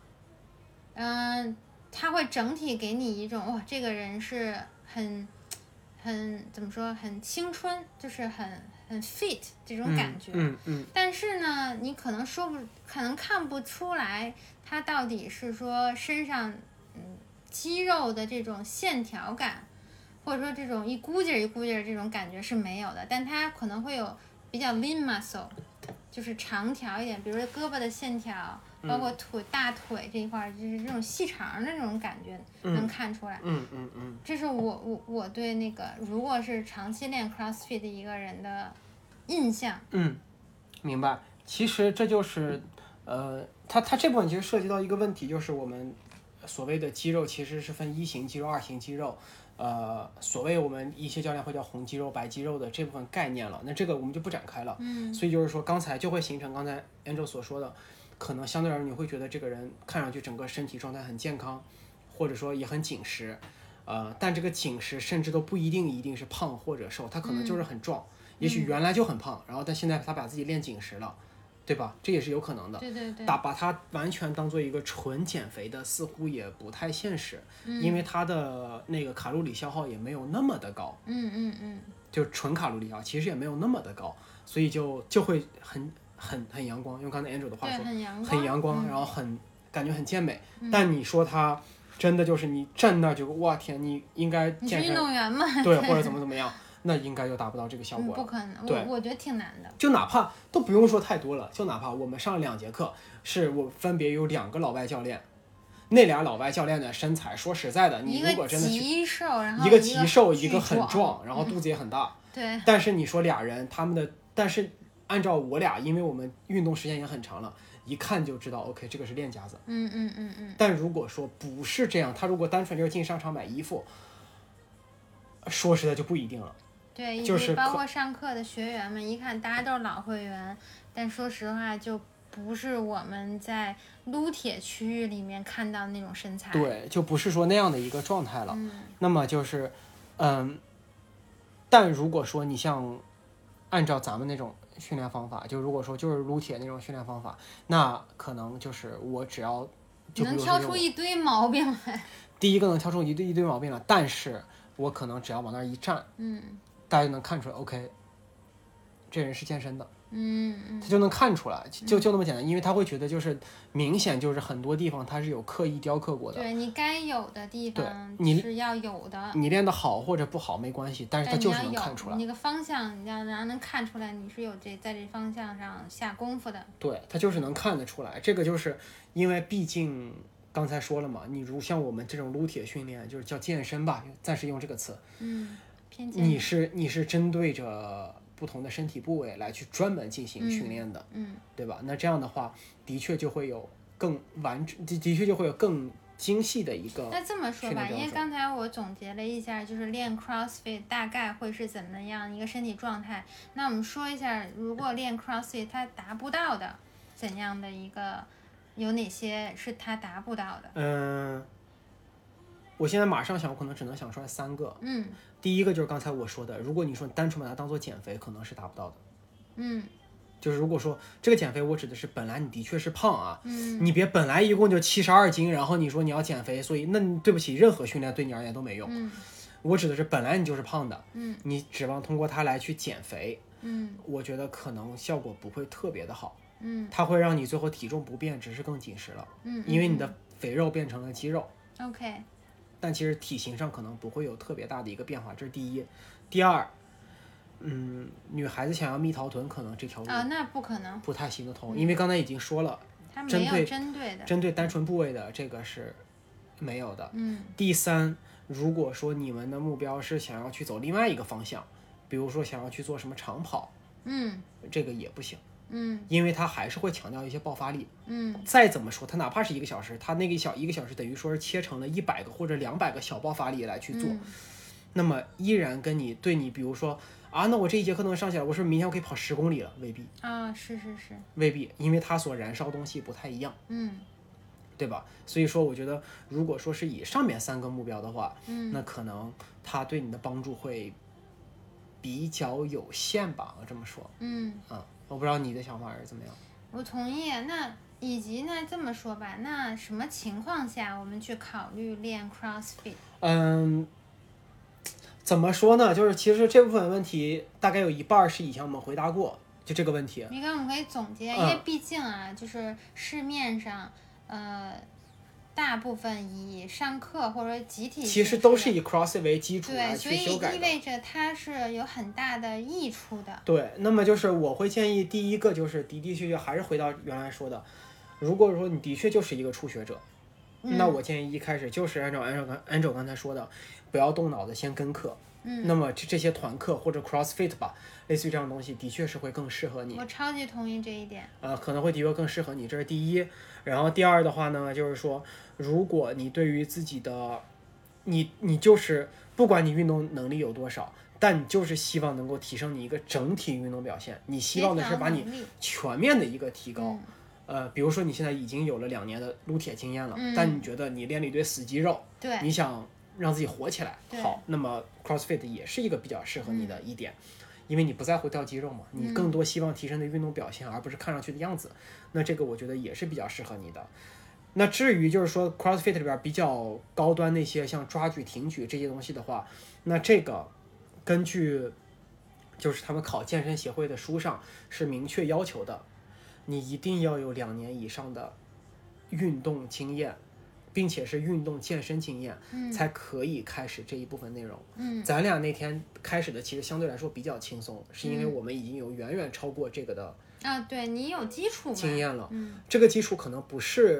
它会整体给你一种哇，这个人是很怎么说，很青春，就是很 fit 这种感觉，但是呢，你可能看不出来它到底是说身上肌肉的这种线条感。或者说这种一股劲儿这种感觉是没有的，但它可能会有比较 lean muscle， 就是长条一点，比如说胳膊的线条，包括大腿这一块，就是这种细长的这种感觉能看出来。这是我对那个如果是长期练 CrossFit 的一个人的印象。 明白。其实这就是它这部分其实涉及到一个问题，就是我们所谓的肌肉其实是分1型肌肉、2型肌肉。所谓我们一些教练会叫红肌肉、白肌肉的这部分概念了，那这个我们就不展开了。所以就是说，刚才就会形成刚才 Angel 所说的，可能相对而言你会觉得这个人看上去整个身体状态很健康，或者说也很紧实，但这个紧实甚至都不一定是胖或者瘦，他可能就是很壮，也许原来就很胖，然后但现在他把自己练紧实了。对吧？这也是有可能的。 对。 把它完全当做一个纯减肥的，似乎也不太现实，因为它的那个卡路里消耗也没有那么的高。就纯卡路里啊，其实也没有那么的高，所以就会很阳光。用刚才 Andrew 的话说，很阳光，然后感觉很健美。但你说它真的就是你站那就哇天，你应该你是运动员吗？ 对，或者怎么样。那应该就达不到这个效果了。 不可能， 对， 我觉得挺难的。 就哪怕都不用说太多了，就哪怕我们上2节课，是我分别有2个老外教练，那俩老外教练的身材，说实在的，你如果真的一个极瘦，然后一个极瘦，一个很壮，然后肚子也很大， 对， 但是你说俩人他们的，但是按照我俩，因为我们运动时间也很长了，一看就知道 OK 这个是练家子。但如果说不是这样，他如果单纯就是进商场买衣服，说实在就不一定了。 对， 就是包括上课的学员们，一看大家都是老会员，但说实话就不是我们在撸铁区域里面看到那种身材。 对，就不是说那样的一个状态了。那么就是但如果说你像按照咱们那种训练方法，就如果说就是撸铁那种训练方法，那可能就是我只要就能挑出一堆毛病来。 第一个能挑出一堆毛病了，但是我可能只要往那儿一站，大家就能看出来 OK 这人是健身的。他就能看出来，就那么简单，因为他会觉得就是明显就是很多地方他是有刻意雕刻过的。 对，你该有的地方是要有的。 你练得好或者不好没关系，但是他就是能看出来。 你那个方向，你要让人能看出来你是有在这方向上下功夫的。 对，他就是能看得出来。这个就是因为毕竟刚才说了嘛，你如像我们这种撸铁训练，就是叫健身吧，暂时用这个词。 偏健身。 你是针对着不同的身体部位来去专门进行训练的，对吧？那这样的话，的确就会有更完整，的确就会有更精细的一个。 那这么说吧，因为刚才我总结了一下，就是练 CrossFit 大概会是怎么样一个身体状态。那我们说一下，如果练 CrossFit 它达不到的，怎样的一个，有哪些是它达不到的？ 我现在马上想，我可能只能想出来3个。第一个就是刚才我说的，如果你说单纯把它当做减肥，可能是达不到的。就是如果说这个减肥，我指的是本来你的确是胖啊，你别本来一共就72斤，然后你说你要减肥，所以那对不起，任何训练对你而言都没用。我指的是本来你就是胖的，你指望通过它来去减肥，我觉得可能效果不会特别的好。它会让你最后体重不变，只是更紧实了。因为你的肥肉变成了肌肉。 OK。 但其实体型上可能不会有特别大的一个变化，这是第一。第二，女孩子想要蜜桃臀，可能这条路那不可能， 不太行得通，因为刚才已经说了， 它没有针对单纯部位的这个是没有的。第三，如果说你们的目标是想要去走另外一个方向，比如说想要去做什么长跑，这个也不行。因为它还是会强调一些爆发力。再怎么说，它哪怕是1个小时，它那个1个小时等于说是切成了100个或者200个小爆发力来去做，那么依然跟你对你，比如说那我这一节课能上起来，我是不是明天我可以跑10公里了？未必是， 未必，因为它所燃烧东西不太一样。对吧？所以说，我觉得如果说是以上面3个目标的话，那可能它对你的帮助会比较有限吧，我这么说。我不知道你的想法是怎么样。 我同意。那以及呢，这么说吧，那什么情况下我们去考虑练 CrossFit？ 怎么说呢？就是其实这部分问题大概有一半是以前我们回答过，就这个问题。 你看，我们可以总结，因为毕竟就是市面上大部分以上课或者集体其实都是以 CrossFit 为基础来去修改的， 所以意味着它是有很大的益处的。 对，那么就是我会建议第一个就是的确还是回到原来说的，如果说你的确就是一个初学者，那我建议一开始就是按照刚才说的，不要动脑子，先跟课。那么这些团课或者 CrossFit 吧，类似于这样的东西，的确是会更适合你。 我超级同意这一点。 可能会的确更适合你，这是第一。然后第二的话呢，就是说，如果你对于自己的，你就是不管你运动能力有多少，但你就是希望能够提升你一个整体运动表现，你希望的是把你全面的一个提高。比如说你现在已经有了2年的撸铁经验了，但你觉得你练了一堆死肌肉， 对， 你想让自己活起来，好，那么 CrossFit 也是一个比较适合你的一点。因为你不在乎掉肌肉嘛，你更多希望提升的运动表现，而不是看上去的样子。那这个我觉得也是比较适合你的。那至于就是说 CrossFit 里边比较高端那些像抓举、挺举这些东西的话，那这个根据就是他们考健身协会的书上是明确要求的，你一定要有2年以上的运动经验，并且是运动健身经验，才可以开始这一部分内容。咱俩那天开始的其实相对来说比较轻松，是因为我们已经有远远超过这个的对，你有基础经验了。这个基础可能不是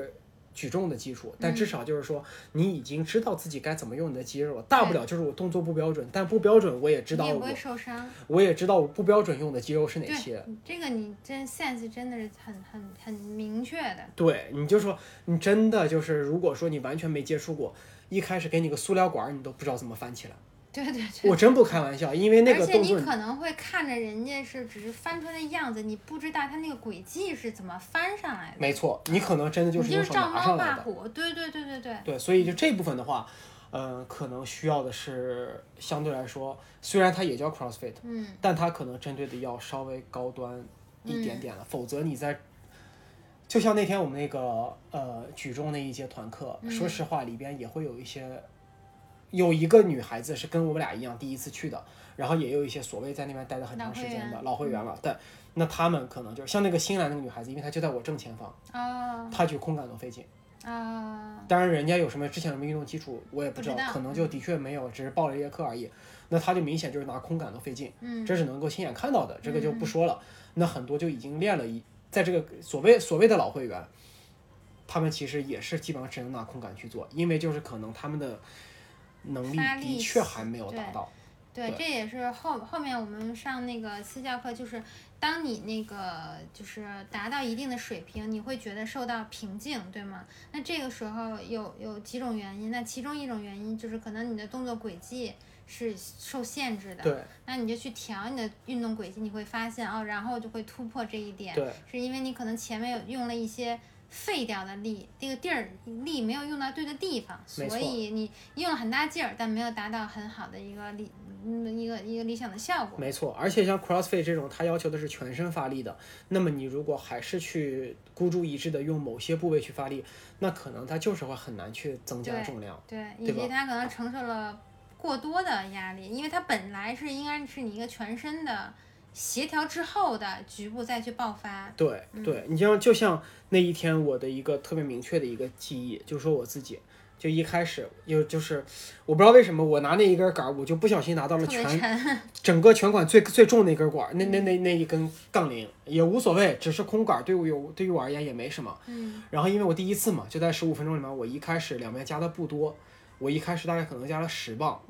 举重的基础，但至少就是说你已经知道自己该怎么用你的肌肉了，大不了就是我动作不标准，但不标准我也知道你也不会受伤， 我也知道我不标准用的肌肉是哪些。 这个你真 sense 真的是很明确的。 对，你就说你真的就是如果说你完全没接触过，一开始给你个塑料管你都不知道怎么翻起来。 对， 我真不开玩笑，因为那个动作， 而且你可能会看着人家是只是翻出来的样子，你不知道他那个轨迹是怎么翻上来的。 没错，你可能真的就是用手拿上来的。对，所以就这部分的话，可能需要的是相对来说，虽然它也叫 CrossFit，但它可能针对的要稍微高端一点点了，否则你在。就像那天我们那个举重那一节团课，说实话里边也会有一些。有一个女孩子是跟我们俩一样第一次去的，然后也有一些所谓在那边待了很长时间的老会员了，但那他们可能就是像那个新来那个女孩子，因为她就在我正前方，她举空杆都费劲当然人家有什么之前什么运动基础我也不知道，可能就的确没有，只是报了一节课而已。那她就明显就是拿空杆都费劲，这是能够亲眼看到的，这个就不说了。那很多就已经练了在这个所谓的老会员，他们其实也是基本上只能拿空杆去做，因为就是可能他们的能力的确还没有达到。 对，这也是后面我们上那个私教课，就是当你那个就是达到一定的水平，你会觉得受到瓶颈，对吗？那这个时候有几种原因，那其中一种原因就是可能你的动作轨迹是受限制的， 对， 那你就去调你的运动轨迹，你会发现然后就会突破这一点， 对， 是因为你可能前面有用了一些废掉的力，这个力没有用到对的地方，所以你用了很大劲儿，但没有达到很好的一个理想的效果。 没错，而且像 CrossFit 这种，它要求的是全身发力的，那么你如果还是去孤注一掷的用某些部位去发力，那可能它就是会很难去增加重量， 对，以及它可能承受了过多的压力，因为它本来应该是你一个全身的协调之后的局部再去爆发。 对，你就像那一天我的一个特别明确的一个记忆，就是说我自己就一开始就是我不知道为什么我拿那一根杆，我就不小心拿到了整个拳馆最重那根管，那一根杠铃也无所谓，只是空杆，对于我而言也没什么。然后因为我第一次嘛，就在15分钟里面，我一开始两边加的不多，我一开始大概可能加了10磅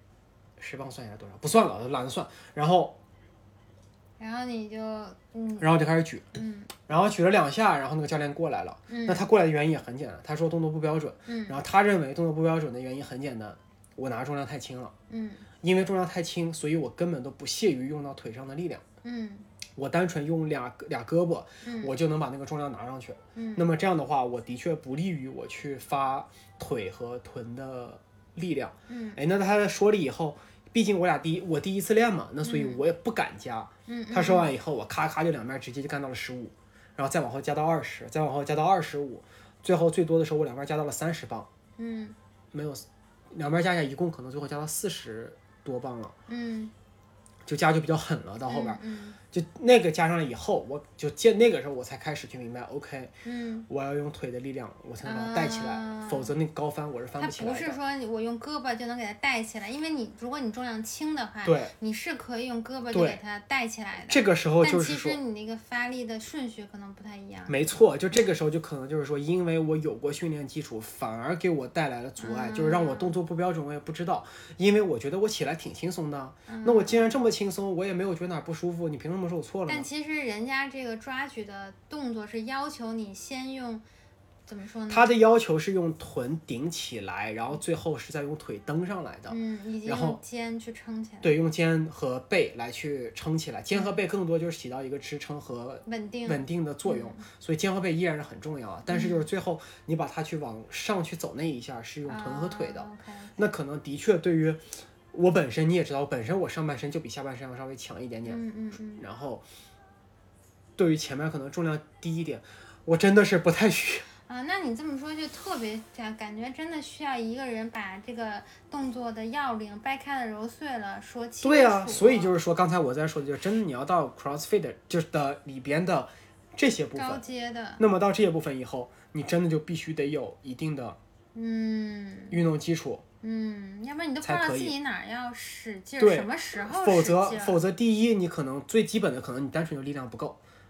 ，10磅算下来多少？不算了，懒得算。 然后你就然后就开始举，然后举了2下，然后那个教练过来了，那他过来的原因也很简单，他说动作不标准，然后他认为动作不标准的原因很简单，我拿重量太轻了，因为重量太轻，所以我根本都不屑于用到腿上的力量，我单纯用俩胳膊，我就能把那个重量拿上去，那么这样的话，我的确不利于我去发腿和臀的力量，那他说了以后。毕竟我第一次练嘛，那所以我也不敢加。他说完以后，我咔咔就两边直接就干到了15，然后再往后加到20，再往后加到25，最后最多的时候我两边加到了30磅。没有，两边加起来一共可能最后加到40多磅了。就加就比较狠了，到后边。就那个加上了以后，我就那个时候我才开始去明白 ，OK，我要用腿的力量，我才能把它带起来，否则那个高翻我是翻不起来的。 它不是说我用胳膊就能给它带起来，因为如果你重量轻的话， 对， 你是可以用胳膊就给它带起来的。 这个时候就是说，但其实你那个发力的顺序可能不太一样。 没错，就这个时候就可能就是说，因为我有过训练基础，反而给我带来了阻碍，就是让我动作不标准，我也不知道，因为我觉得我起来挺轻松的，那我既然这么轻松，我也没有觉得哪儿不舒服，你凭什么说我错了呢？ 但其实人家这个抓举的动作是要求你先用，怎么说呢？ 他的要求是用臀顶起来，然后最后是再用腿蹬上来的， 以及用肩去撑起来。 对，用肩和背来去撑起来，肩和背更多就是起到一个支撑和稳定的作用，所以肩和背依然是很重要啊。但是就是最后你把它去往上去走那一下是用臀和腿的，那可能的确对于我本身你也知道，本身我上半身就比下半身要稍微强一点点，然后对于前面可能重量低一点，我真的是不太需要。 那你这么说就特别感觉真的需要一个人把这个动作的要领掰开了揉碎了说清楚。 对啊，所以就是说刚才我在说的就是真的你要到 CrossFit 就是的里边的这些部分高阶的， 那么到这些部分以后，你真的就必须得有一定的运动基础。 要不然你都不知道自己哪儿要使劲，什么时候使劲，否则第一你可能最基本的可能你单纯的力量不够，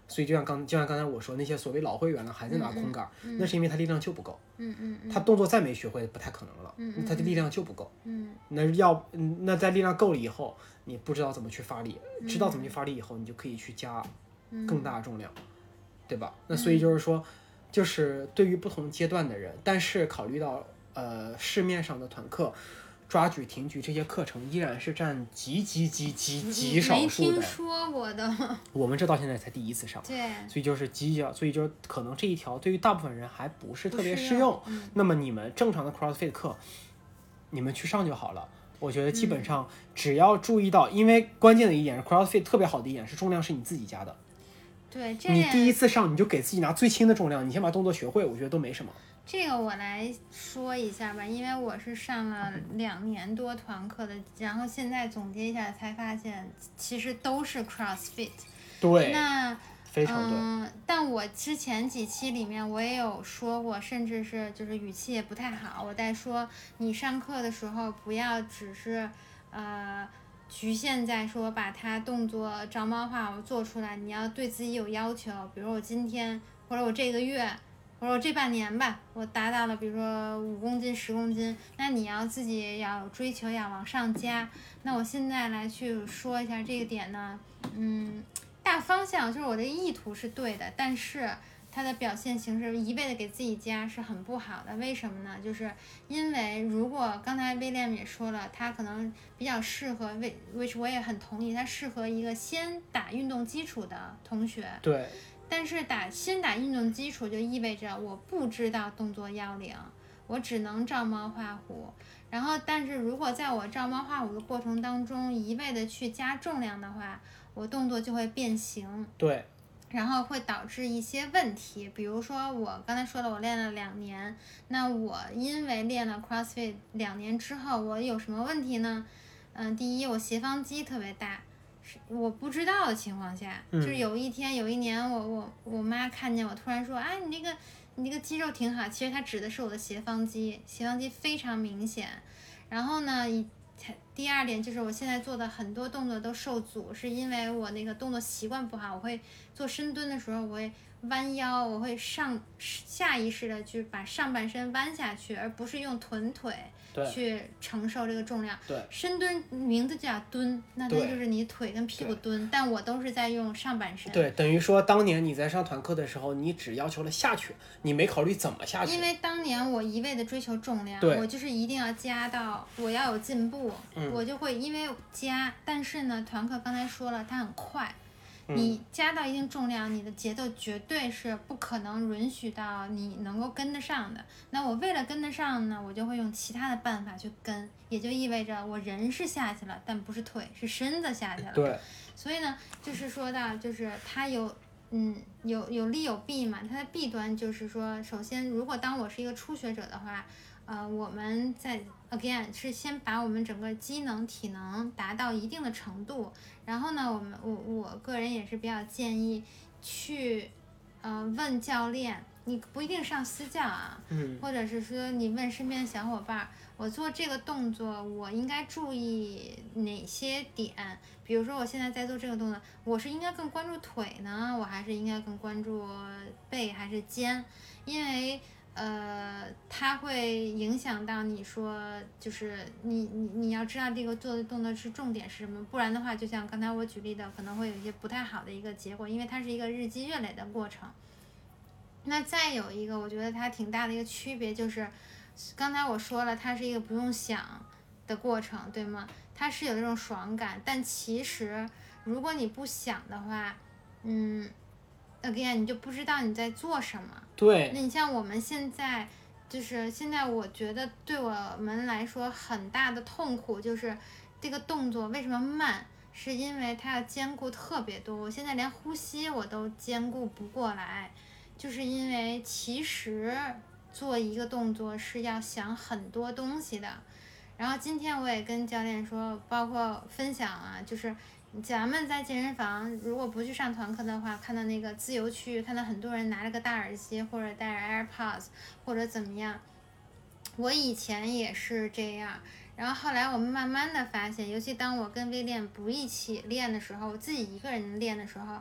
所以就像刚才我说，那些所谓老会员了还在拿空杆，那是因为他力量就不够。他动作再没学会，不太可能了。他的力量就不够。那在力量够了以后，你不知道怎么去发力，知道怎么去发力以后，你就可以去加更大重量，对吧？那所以就是说，就是对于不同阶段的人，但是考虑到市面上的团课。抓举、挺举这些课程依然是占极少数的。 没听说过的。 我们这到现在才第一次上， 对， 所以就是所以就是可能这一条对于大部分人还不是特别适用。那么你们正常的 CrossFit 课，你们去上就好了。我觉得基本上只要注意到，因为关键的一点是 CrossFit 特别好的一点是重量是你自己加的。 对， 你第一次上你就给自己拿最轻的重量，你先把动作学会，我觉得都没什么。 这个我来说一下吧，因为我是上了2年多团课的，然后现在总结一下才发现，其实都是 CrossFit。 对， 那非常对。 但我之前几期里面我也有说过，甚至是就是语气也不太好，我在说你上课的时候不要只是局限在说把它动作照猫画我做出来，你要对自己有要求，比如我今天或者我这个月。或者我这半年吧，我达到了，比如说5公斤、10公斤，那你要自己要追求，要往上加。那我现在来去说一下这个点呢，大方向就是我的意图是对的，但是它的表现形式一味的给自己加是很不好的。为什么呢？就是因为如果刚才威廉也说了，他可能比较适合which 我也很同意，他适合一个先打运动基础的同学。 对。 但是先打运动基础就意味着我不知道动作要领，我只能照猫画虎。然后，但是如果在我照猫画虎的过程当中一味的去加重量的话，我动作就会变形。 对。 然后会导致一些问题，比如说我刚才说了，我练了2年，那我因为练了 CrossFit 2年之后，我有什么问题呢？第一，我斜方肌特别大。我不知道的情况下，就是有一年我妈看见我突然说，哎，你这个肌肉挺好，其实她指的是我的斜方肌非常明显。然后呢，第二点就是我现在做的很多动作都受阻，是因为我那个动作习惯不好，我会做深蹲的时候我会弯腰，我会下意识的去把上半身弯下去，而不是用臀腿去承受这个重量。 对， 深蹲名字叫蹲，那就是你腿跟屁股蹲，但我都是在用上半身。 对，等于说当年你在上团课的时候，你只要求了下去，你没考虑怎么下去。 因为当年我一味的追求重量，我就是一定要加到我要有进步，我就会因为加。但是呢，团课刚才说了，它很快。你加到一定重量，你的节奏绝对是不可能允许到你能够跟得上的。那我为了跟得上呢，我就会用其他的办法去跟，也就意味着我人是下去了，但不是腿，是身子下去了。 对。 所以呢，就是说到，就是它有利有弊嘛。它的弊端就是说，首先，如果当我是一个初学者的话，我们在 again 是先把我们整个机能体能达到一定的程度，然后呢，我个人也是比较建议去问教练，你不一定上私教啊，或者是说你问身边的小伙伴，我做这个动作我应该注意哪些点？比如说我现在在做这个动作，我是应该更关注腿呢，我还是应该更关注背还是肩？因为它会影响到你说，就是你要知道这个做的动作是重点是什么，不然的话，就像刚才我举例的，可能会有一些不太好的一个结果，因为它是一个日积月累的过程。那再有一个，我觉得它挺大的一个区别就是，刚才我说了，它是一个不用想的过程，对吗？它是有这种爽感，但其实如果你不想的话，again 你就不知道你在做什么。 对。 那你像我们现在，就是现在我觉得对我们来说很大的痛苦就是这个动作为什么慢，是因为它要兼顾特别多，我现在连呼吸我都兼顾不过来，就是因为其实做一个动作是要想很多东西的。然后今天我也跟教练说，包括分享啊，就是咱们在健身房如果不去上团课的话，看到那个自由区，看到很多人拿了个大耳机或者戴着 AirPods 或者怎么样，我以前也是这样。然后后来我们慢慢的发现，尤其当我跟威廉不一起练的时候，我自己一个人练的时候，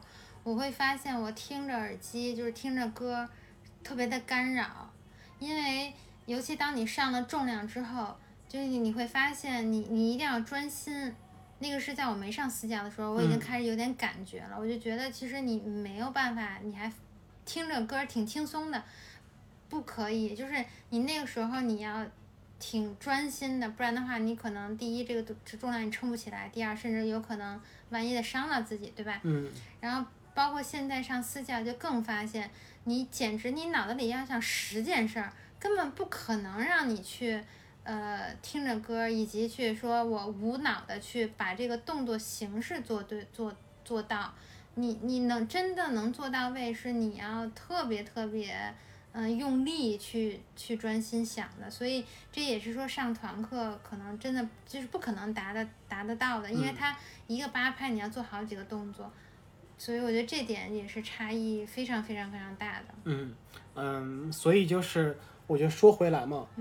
我会发现我听着耳机就是听着歌特别的干扰，因为尤其当你上了重量之后，就是你会发现你一定要专心。那个是在我没上私教的时候，我已经开始有点感觉了，我就觉得其实你没有办法，你还听着歌挺轻松的，不可以，就是你那个时候你要挺专心的，不然的话你可能第一这个重量你撑不起来，第二甚至有可能万一的伤了自己，对吧？然后包括现在上私教就更发现，你简直你脑子里要想10件事儿，根本不可能让你去听着歌，以及去说我无脑的去把这个动作形式做到。你能真的能做到位，是你要特别特别用力去专心想的，所以这也是说上团课可能真的就是不可能达得到的，因为它一个8拍你要做好几个动作，所以我觉得这点也是差异非常非常非常大的。 所以就是我觉得说回来嘛，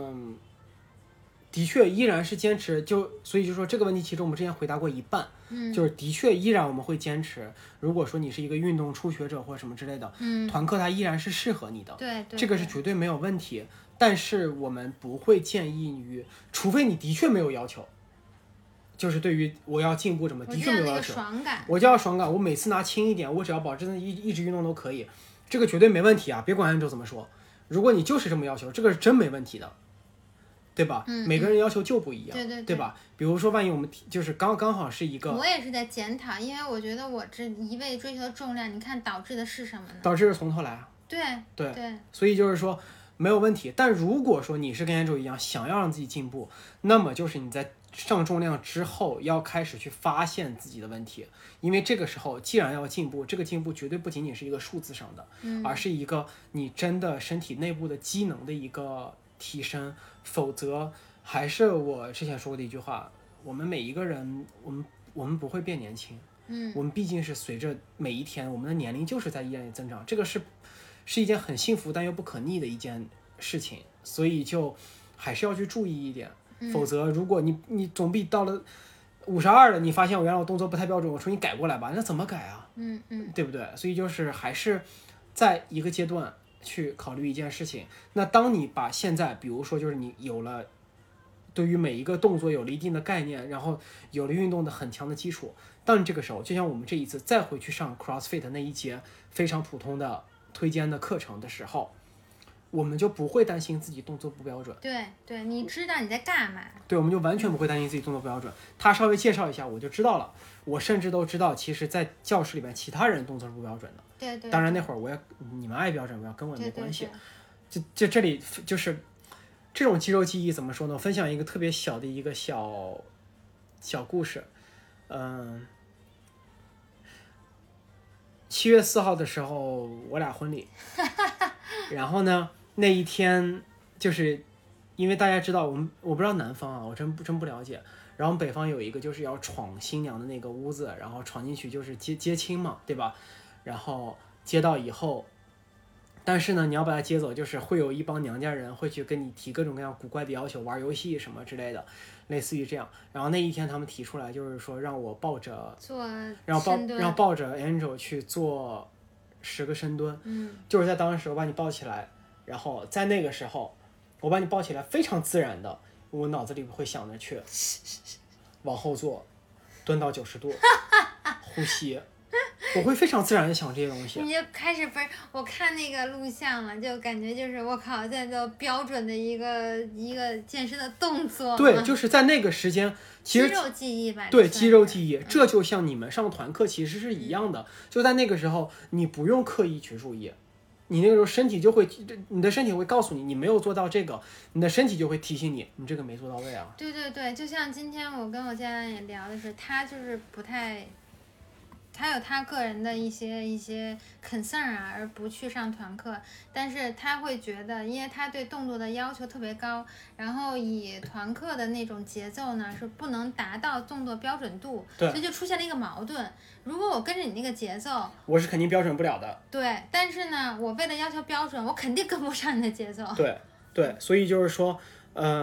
的确依然是坚持，所以就说这个问题其实我们之前回答过一半，就是的确依然我们会坚持。如果说你是一个运动初学者或什么之类的，团课它依然是适合你的， 对， 这个是绝对没有问题。但是我们不会建议于，除非你的确没有要求，就是对于我要进步什么，的确没有要求，我就要爽感，我每次拿轻一点，我只要保证一直运动都可以，这个绝对没问题啊！别管按周怎么说，如果你就是这么要求，这个是真没问题的。对吧？每个人要求就不一样，对吧？比如说，万一我们就是刚好是一个， 我也是在检讨，因为我觉得我这一味追求重量，你看导致的是什么呢？ 导致是从头来啊。 对， 所以就是说没有问题。但如果说你是跟 Andrew 一样，想要让自己进步，那么就是你在上重量之后要开始去发现自己的问题，因为这个时候既然要进步，这个进步绝对不仅仅是一个数字上的，而是一个你真的身体内部的机能的一个提升。否则还是我之前说过的一句话，我们每一个人，我们不会变年轻，我们毕竟是随着每一天，我们的年龄就是在依然增长，这个是一件很幸福但又不可逆的一件事情，所以就还是要去注意一点，否则如果你总比到了52了，你发现我原来我动作不太标准，我说你改过来吧，那怎么改啊？对不对？所以就是还是在一个阶段去考虑一件事情。那当你把现在，比如说就是你有了对于每一个动作有了一定的概念，然后有了运动的很强的基础，当你这个时候，就像我们这一次再回去上 CrossFit 那一节非常普通的推荐的课程的时候，我们就不会担心自己动作不标准。 对，你知道你在干嘛。 对，我们就完全不会担心自己动作不标准。他稍微介绍一下，我就知道了。我甚至都知道，其实，在教室里面其他人动作是不标准的。 对。 当然那会儿你们爱标准不要跟我没关系。就这里就是这种肌肉记忆怎么说呢？我分享一个特别小的一个小故事。7月4号的时候，我俩婚礼。然后呢，那一天就是因为大家知道我不知道南方啊，我真不了解。然后北方有一个就是要闯新娘的那个屋子，然后闯进去就是接亲嘛，对吧？然后接到以后，但是呢，你要把他接走，就是会有一帮娘家人会去跟你提各种各样古怪的要求，玩游戏什么之类的，类似于这样。然后那一天他们提出来，就是说让我抱着让抱着 Angel 去做10个深蹲，就是在当时我把你抱起来，然后在那个时候我把你抱起来，非常自然的，我脑子里会想着去往后坐，蹲到90度，呼吸。我会非常自然的想这些东西。 你就开始不是我看那个录像了，就感觉就是我靠，在做标准的一个健身的动作。 对，就是在那个时间，其实肌肉记忆吧。 对，肌肉记忆，这就像你们上团课其实是一样的。就在那个时候，你不用刻意去注意，你那个时候身体就会，你的身体会告诉你，你没有做到这个，你的身体就会提醒你，你这个没做到位啊。 对，就像今天我跟我家人也聊的是，他就是不太。他有他个人的一些 concern 啊，而不去上团课，但是他会觉得，因为他对动作的要求特别高，然后以团课的那种节奏呢，是不能达到动作标准度，所以就出现了一个矛盾。如果我跟着你那个节奏， 我是肯定标准不了的。 对，但是呢，我为了要求标准，我肯定跟不上你的节奏。 对，所以就是说，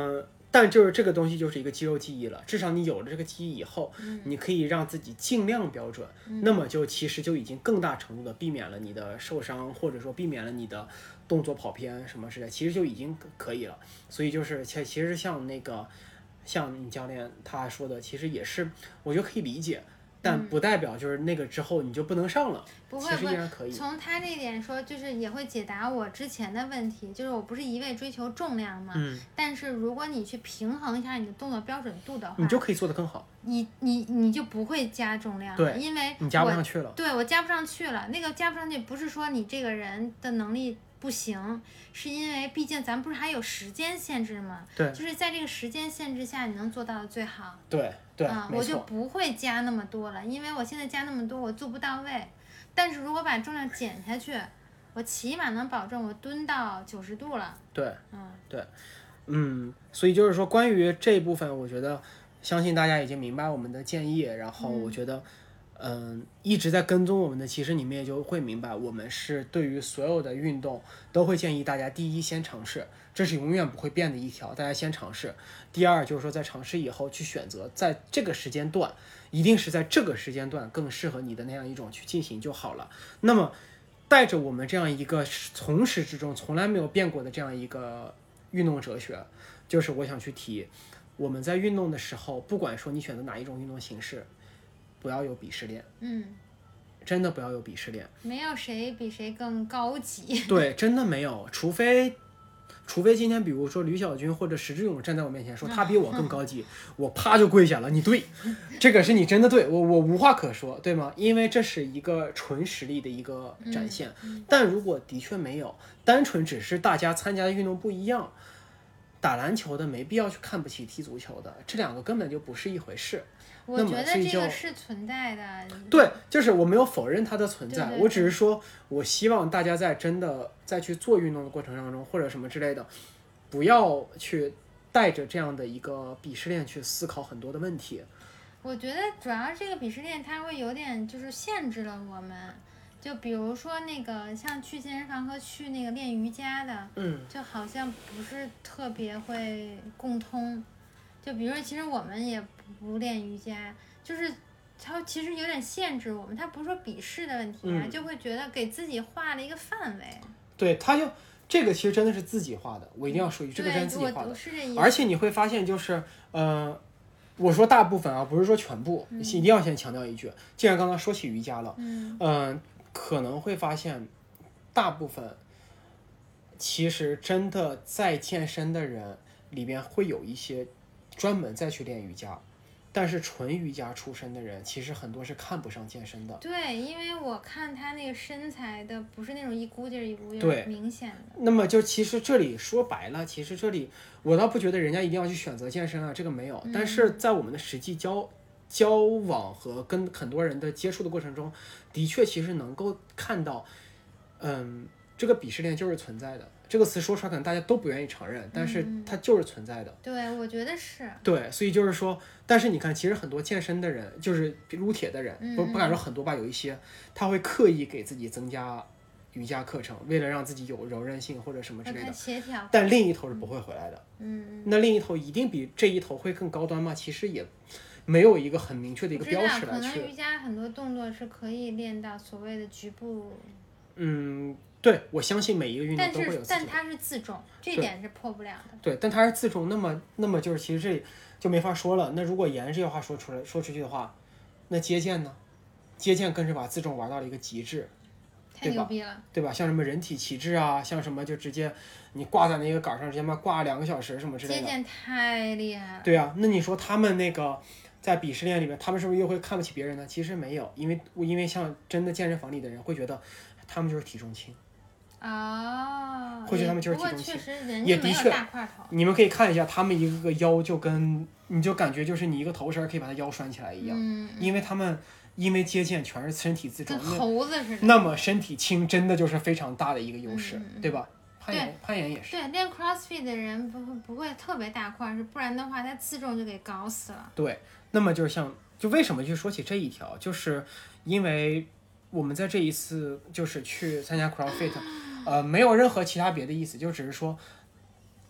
但就是这个东西就是一个肌肉记忆了，至少你有了这个记忆以后，你可以让自己尽量标准，那么就其实就已经更大程度的避免了你的受伤，或者说避免了你的动作跑偏什么之类，其实就已经可以了。所以就是其实像你教练他说的，其实也是我觉得可以理解。但不代表就是那个之后你就不能上了， 不会， 其实依然可以。 从他这一点说，就是也会解答我之前的问题，就是我不是一味追求重量嘛，但是如果你去平衡一下你的动作标准度的话， 你就可以做得更好。 你就不会加重量， 对， 因为你加不上去了。 对，我加不上去了，那个加不上去不是说你这个人的能力不行，是因为毕竟咱不是还有时间限制吗？ 对， 就是在这个时间限制下，你能做到的最好。 对对， 我就不会加那么多了，因为我现在加那么多我做不到位。但是如果把重量减下去，我起码能保证我蹲到90度了。 对，对，所以就是说关于这一部分，我觉得相信大家已经明白我们的建议，然后我觉得。一直在跟踪我们的，其实你们也就会明白，我们是对于所有的运动都会建议大家，第一先尝试，这是永远不会变的一条，大家先尝试。第二就是说，在尝试以后去选择，在这个时间段，一定是在这个时间段更适合你的那样一种去进行就好了。那么，带着我们这样一个从始至终从来没有变过的这样一个运动哲学，就是我想去提，我们在运动的时候，不管说你选择哪一种运动形式。不要有鄙视链，真的不要有鄙视链， 没有谁比谁更高级， 对，真的没有，除非今天比如说吕小军或者石志勇站在我面前说他比我更高级，我啪就跪下了，你对，这个是你真的对，我无话可说，对吗？因为这是一个纯实力的一个展现，但如果的确没有，单纯只是大家参加的运动不一样，打篮球的没必要去看不起踢足球的，这两个根本就不是一回事。 我觉得这个是存在的， 对，就是我没有否认它的存在，我只是说我希望大家在真的在去做运动的过程当中或者什么之类的，不要去带着这样的一个鄙视链去思考很多的问题。 我觉得主要这个鄙视链它会有点就是限制了我们，就比如说那个像去健身房和去那个练瑜伽的，就好像不是特别会共通。就比如说，其实我们也不练瑜伽，就是它其实有点限制我们，它不是说鄙视的问题就会觉得给自己画了一个范围。 对，他就这个其实真的是自己画的，我一定要说一句，这个真是自己画的。而且你会发现，就是我说大部分啊，不是说全部，一定要先强调一句。既然刚刚说起瑜伽了，可能会发现大部分其实真的在健身的人里边会有一些。专门再去练瑜伽，但是纯瑜伽出身的人，其实很多是看不上健身的。 对，因为我看他那个身材的，不是那种一股劲儿一股劲儿明显的。 那么就其实这里说白了，其实这里我倒不觉得人家一定要去选择健身啊，这个没有。但是在我们的实际交往和跟很多人的接触的过程中，的确其实能够看到，这个鄙视链就是存在的。这个词说出来可能大家都不愿意承认，但是它就是存在的。 对，我觉得是。 对，所以就是说，但是你看，其实很多健身的人，就是撸铁的人，不敢说很多吧，有一些他会刻意给自己增加瑜伽课程，为了让自己有柔韧性或者什么之类的。 协调。 但另一头是不会回来的。那另一头一定比这一头会更高端吗？其实也没有一个很明确的一个标尺来去。 可能瑜伽很多动作是可以练到所谓的局部。 对，我相信每一个运动都会有自己的， 但它是自重，这点是破不了的。 对，但它是自重，那么就是其实这就没法说了。那如果沿这些话说出去的话，那接剑呢？接剑更是把自重玩到了一个极致， 太牛逼了， 对吧？像什么人体旗帜啊，像什么就直接你挂在那个杆上，直接挂2个小时什么之类的。 接剑太厉害了。 对啊，那你说他们那个在鄙视链里面，他们是不是又会看不起别人呢？其实没有，因为像真的健身房里的人会觉得他们就是体重轻。会觉得他们就是体重轻，也的确，你们可以看一下他们一个腰就跟你就感觉就是你一个头绳可以把他腰拴起来一样，因为他们因为接剑全是身体自重， 跟猴子似的。 那么身体轻真的就是非常大的一个优势，对吧？攀岩也是。 对，练 CrossFit 的人不会特别大块，不然的话他自重就给搞死了。 对，那么就是就为什么去说起这一条，就是因为我们在这一次就是去参加 CrossFit。没有任何其他别的意思，就只是说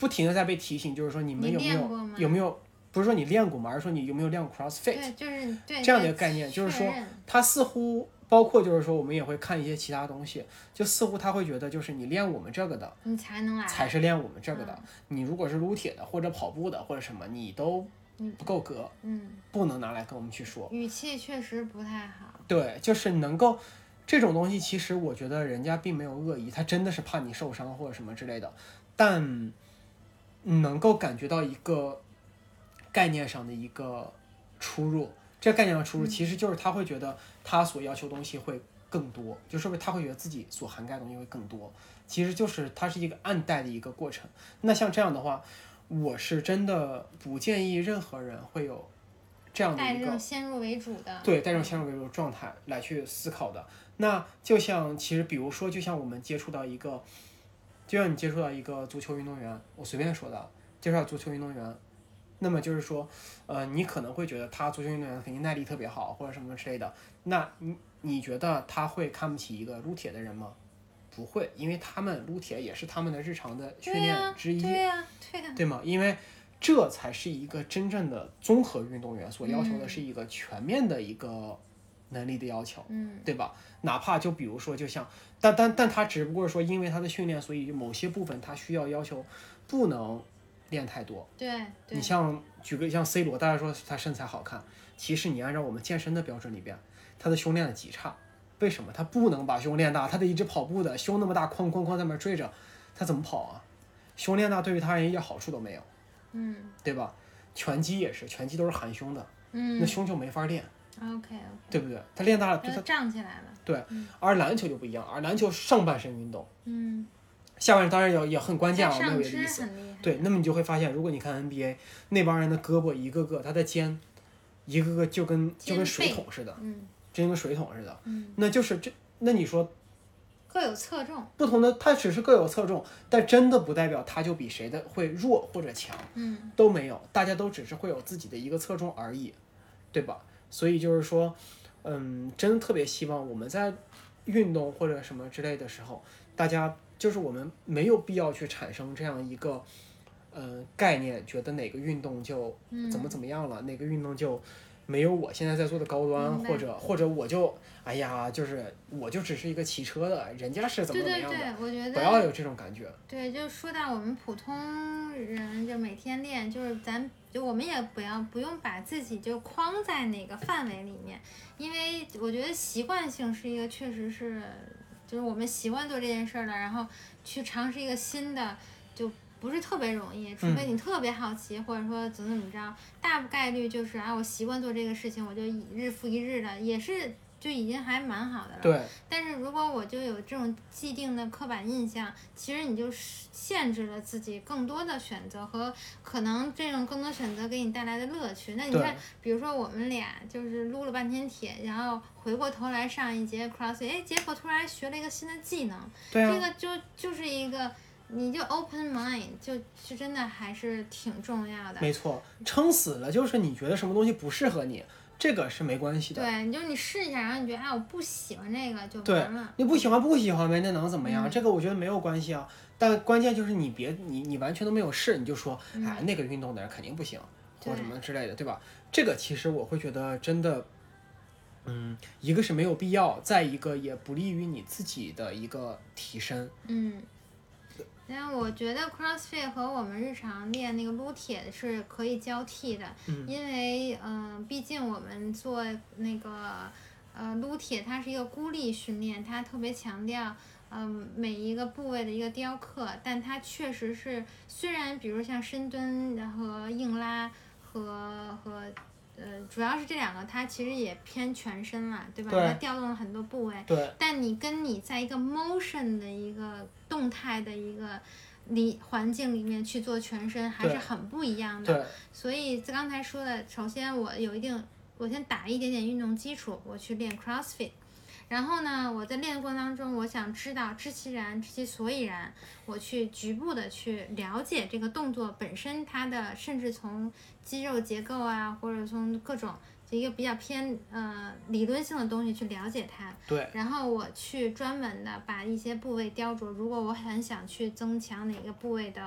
不停的在被提醒，就是说你们你有没有，不是说你练过吗，而是说你有没有练过 CrossFit， 对，就是对这样的一个概念，就是说他似乎包括就是说我们也会看一些其他东西，就似乎他会觉得就是你练我们这个的， 你才能来， 才是练我们这个的。你如果是撸铁的或者跑步的或者什么，你都不够格，不能拿来跟我们去说。 语气确实不太好。 对，就是能够这种东西，其实我觉得人家并没有恶意，他真的是怕你受伤或者什么之类的，但能够感觉到一个概念上的一个出入。这个概念上出入，其实就是他会觉得他所要求的东西会更多，就是不是他会觉得自己所涵盖的东西会更多，其实就是它是一个暗带的一个过程。那像这样的话，我是真的不建议任何人会有这样的一个带这种先入为主的， 对，带这种先入为主的状态来去思考的。那就像其实比如说，就像我们接触到一个，就像你接触到一个足球运动员，我随便说的，接触到足球运动员，那么就是说，你可能会觉得他足球运动员肯定耐力特别好或者什么之类的，那你觉得他会看不起一个撸铁的人吗？不会，因为他们撸铁也是他们的日常的训练之一，对吗？因为这才是一个真正的综合运动员所要求的是一个全面的一个能力的要求，对吧？哪怕就比如说，就像但他只不过说因为他的训练，所以某些部分他需要求不能练太多。 对， 你像举个像 C 罗，大家说他身材好看，其实你按照我们健身的标准里边，他的胸练的极差。为什么他不能把胸练大？他得一直跑步的，胸那么大，哐哐哐在那追着，他怎么跑啊？胸练大对于他而言一点好处都没有，对吧？拳击也是，拳击都是含胸的，那胸就没法练。 OK， 对不对？他练大了， 它胀起来了。 对，而篮球就不一样，而篮球上半身运动，下半身当然也很关键啊，没有别的意思。对，那么你就会发现，如果你看 NBA 那帮人的胳膊一个个，他的肩一个个就跟水桶似的，真跟水桶似的，那就是那你说各有侧重， 不同的，他只是各有侧重，但真的不代表他就比谁的会弱或者强，都没有，大家都只是会有自己的一个侧重而已，对吧？所以就是说，真的特别希望我们在运动或者什么之类的时候，大家就是我们没有必要去产生这样一个概念，觉得哪个运动就怎么样了，哪个运动就没有我现在在做的高端，或者我就哎呀，就是我就只是一个骑车的，人家是怎么样的， 对，我觉得不要有这种感觉。 对，就说到我们普通人，就每天练，就是就我们也不用把自己就框在哪个范围里面，因为我觉得习惯性是一个确实是，就是我们习惯做这件事儿了，然后去尝试一个新的，就不是特别容易，除非你特别好奇，或者说怎么着，大概率就是我习惯做这个事情，我就日复一日的，也是就已经还蛮好的了。 对。 但是如果我就有这种既定的刻板印象，其实你就限制了自己更多的选择和可能这种更多选择给你带来的乐趣。那你看，比如说我们俩就是撸了半天铁，然后回过头来上一节 CrossFit，结果突然学了一个新的技能， 对啊， 这个就是一个。你就 open mind，就真的还是挺重要的。 没错，撑死了就是你觉得什么东西不适合你，这个是没关系的。 对，你试一下，然后你觉得我不喜欢这个就完了。 你不喜欢呗，那能怎么样？这个我觉得没有关系啊。但关键就是你完全都没有试，你就说那个运动的人肯定不行，或什么之类的，对吧？这个其实我会觉得真的，一个是没有必要，再一个也不利于你自己的一个提升。 然后我觉得 CrossFit 和我们日常练那个撸铁是可以交替的，因为毕竟我们做那个撸铁，它是一个孤立训练，它特别强调每一个部位的一个雕刻，但它确实是虽然比如像深蹲和硬拉和主要是这两个，它其实也偏全身了，对吧？它调动了很多部位。 对。 但你在一个 motion 的一个动态的一个环境里面去做全身，还是很不一样的。 对。 所以刚才说的，首先我先打一点点运动基础，我去练 CrossFit。然后呢，我在练的过程当中，我想知道知其然，知其所以然，我去局部的去了解这个动作本身它的，甚至从肌肉结构啊，或者从各种一个比较偏理论性的东西去了解它。 对。 然后我去专门的把一些部位雕琢，如果我很想去增强哪个部位的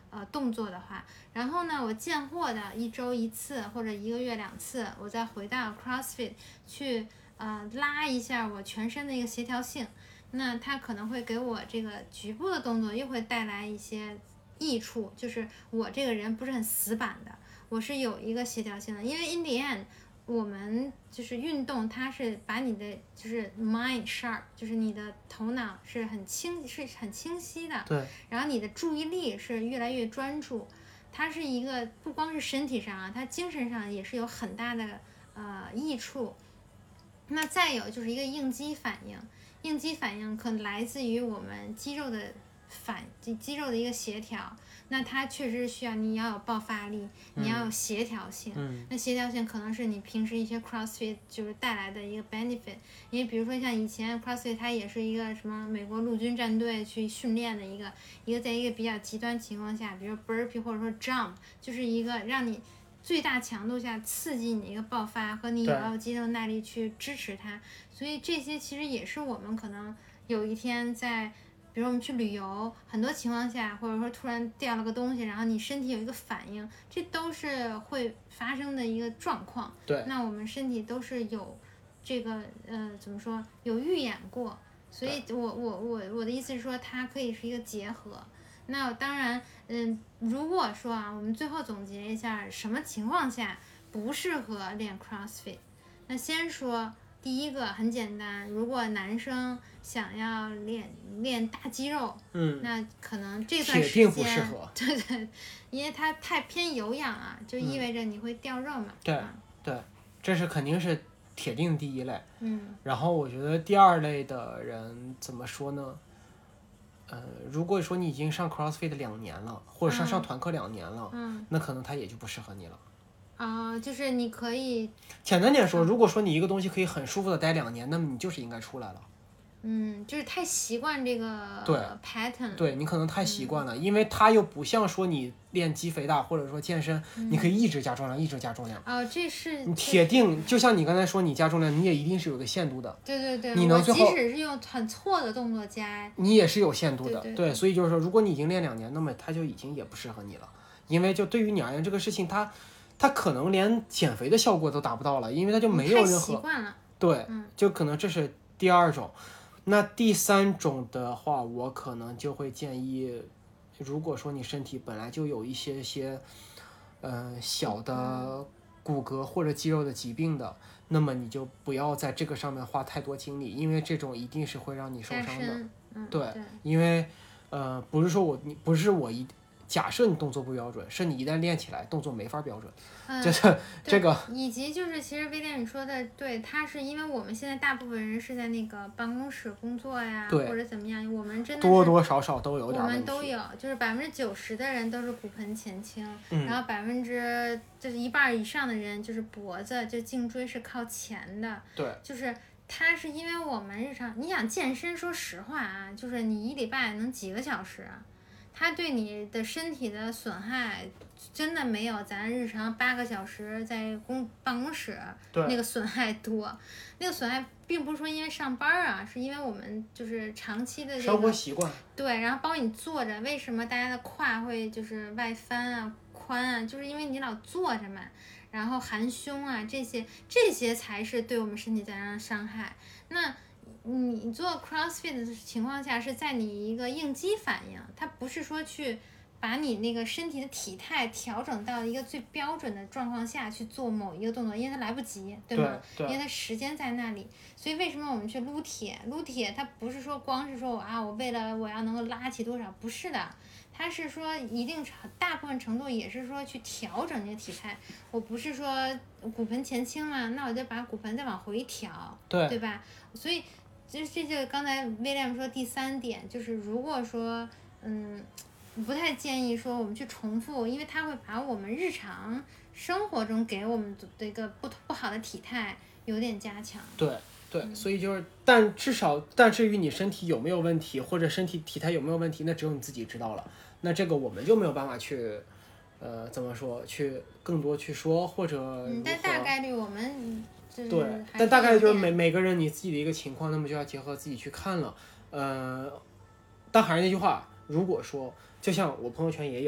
动作的话，然后呢，我见货的1周1次或者1个月2次，我再回到 CrossFit 去拉一下我全身的一个协调性，那它可能会给我这个局部的动作又会带来一些益处，就是我这个人不是很死板的，我是有一个协调性的，因为 in the end 我们就是运动，它是把你的就是 mind sharp， 就是你的头脑是很清晰的， 对， 然后你的注意力是越来越专注，它是一个不光是身体上啊，它精神上也是有很大的益处。那再有就是一个应激反应，应激反应可能来自于我们肌肉的一个协调，那它确实需要你要有爆发力，你要有协调性。那协调性可能是你平时一些 CrossFit 就是带来的一个 benefit， 因为比如说像以前 CrossFit 它也是一个什么美国陆军战队去训练的一个在一个比较极端情况下，比如 burpee 或者说 jump， 就是一个让你最大强度下刺激你一个爆发和你有肌肉耐力去支持它，所以这些其实也是我们可能有一天在比如我们去旅游，很多情况下，或者说突然掉了个东西，然后你身体有一个反应，这都是会发生的一个状况。 对， 那我们身体都是有这个怎么说，有预演过，所以我的意思是说，它可以是一个结合。那当然，如果说啊，我们最后总结一下，什么情况下不适合练 CrossFit？那先说第一个很简单，如果男生想要练大肌肉，那可能这段时间铁定不适合。 对，因为它太偏有氧啊，就意味着你会掉肉嘛。 对，这是肯定是铁定第一类。然后我觉得第二类的人怎么说呢？如果说你已经上 CrossFit 2年了，或者上团课2年了，那可能它也就不适合你了。 就是你可以简单点说，如果说你一个东西可以很舒服的待2年，那么你就是应该出来了。 就是太习惯这个 pattern。 对，你可能太习惯了，因为它又不像说你练肌肥大或者说健身，你可以一直加重量，一直加重量。 这是你铁定，就像你刚才说你加重量，你也一定是有个限度的。 对， 你能最后即使是用很错的动作加， 你也是有限度的。 对， 所以就是说，如果你已经练2年，那么它就已经也不适合你了，因为就对于你而言，这个事情它可能连减肥的效果都达不到了，因为它就没有任何。 太习惯了。 对，就可能这是第二种。那第3种的话，我可能就会建议，如果说你身体本来就有一些小的骨骼或者肌肉的疾病的，那么你就不要在这个上面花太多精力，因为这种一定是会让你受伤的。对，因为不是说我假设你动作不标准，是你一旦练起来动作没法标准。就是这个， 以及就是其实威廉你说的对，它是因为我们现在大部分人是在那个办公室工作呀，或者怎么样，我们真的多多少少都有点问题。我们都有，就是90%的人都是骨盆前倾，然后就是1半以上的人就是脖子就颈椎是靠前的。 对， 就是它是因为我们日常，你想健身，说实话啊，就是你1礼拜能几个小时啊？它对你的身体的损害真的没有咱日常8个小时在办公室那个损害多。那个损害并不是说因为上班啊，是因为我们就是长期的生活习惯。 对，然后包括你坐着，为什么大家的胯会就是外翻啊、髋啊，就是因为你老坐着嘛，然后含胸啊，这些才是对我们身体造成伤害。那你做 CrossFit 的情况下是在你一个应激反应，它不是说去把你那个身体的体态调整到一个最标准的状况下去做某一个动作，因为它来不及，对吗？因为它时间在那里。所以为什么我们去撸铁它不是说光是说我为了我要能够拉起多少，不是的，它是说大部分程度也是说去调整这个体态。我不是说骨盆前倾嘛，那我就把骨盆再往回调，对吧？所以这就刚才威廉说第3点，就是如果说不太建议说我们去重复，因为它会把我们日常生活中给我们的一个不好的体态有点加强。 对，所以就是，但至于你身体有没有问题，或者身体体态有没有问题，那只有你自己知道了。那这个我们就没有办法去，怎么说，去更多去说，或者但大概率我们对，但大概就是每个人你自己的一个情况，那么就要结合自己去看了。但还是那句话，如果说就像我朋友圈也有，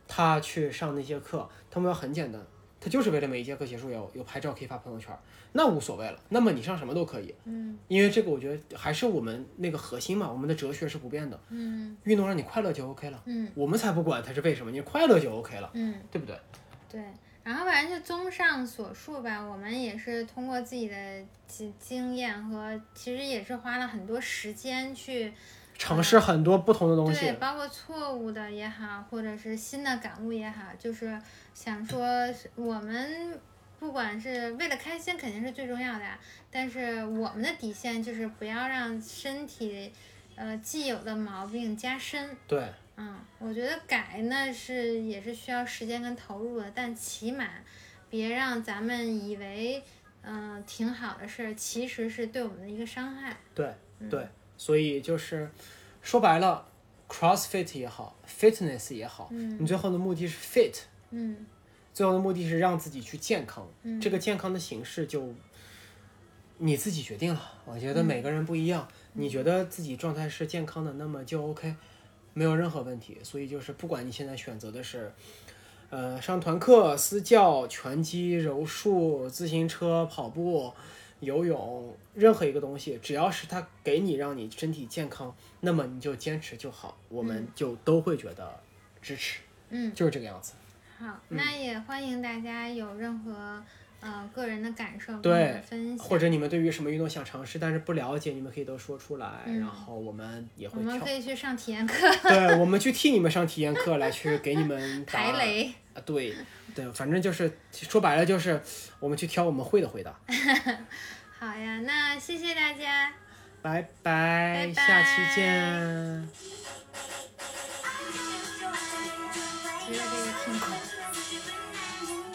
他去上那些课，他目标很简单，他就是为了每一节课结束有拍照可以发朋友圈，那无所谓了。那么你上什么都可以，因为这个我觉得还是我们那个核心嘛，我们的哲学是不变的，运动让你快乐就 OK 了，我们才不管它是为什么，你快乐就 OK 了，对不对？ 对。然后反正就综上所述吧，我们也是通过自己的经验和其实也是花了很多时间去尝试很多不同的东西， 对，包括错误的也好，或者是新的感悟也好，就是想说我们不管是为了开心肯定是最重要的呀，但是我们的底线就是不要让身体既有的毛病加深。 对。 我觉得改呢也是需要时间跟投入的，但起码别让咱们以为挺好的事儿，其实是对我们的一个伤害。 对对，所以就是说白了 ，CrossFit 也好 ，Fitness 也好，你最后的目的是 fit，最后的目的是让自己去健康，这个健康的形式就你自己决定了。我觉得每个人不一样，你觉得自己状态是健康的，那么就 OK。没有任何问题，所以就是不管你现在选择的是，上团课、私教、拳击、柔术、自行车、跑步、游泳，任何一个东西，只要是它给你让你身体健康，那么你就坚持就好，我们就都会觉得支持，就是这个样子。 好，那也欢迎大家有任何个人的感受对分享， 或者你们对于什么运动想尝试但是不了解，你们可以都说出来，然后我们也会我们可以去上体验课， 对，我们去替你们上体验课，来去给你们排雷对对，反正就是说白了就是我们去挑我们会的回答。 好呀，那谢谢大家， 拜拜，下期见。 觉得这个挺苦。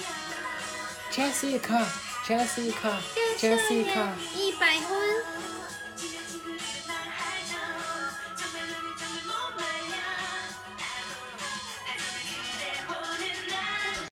Jessica 100分。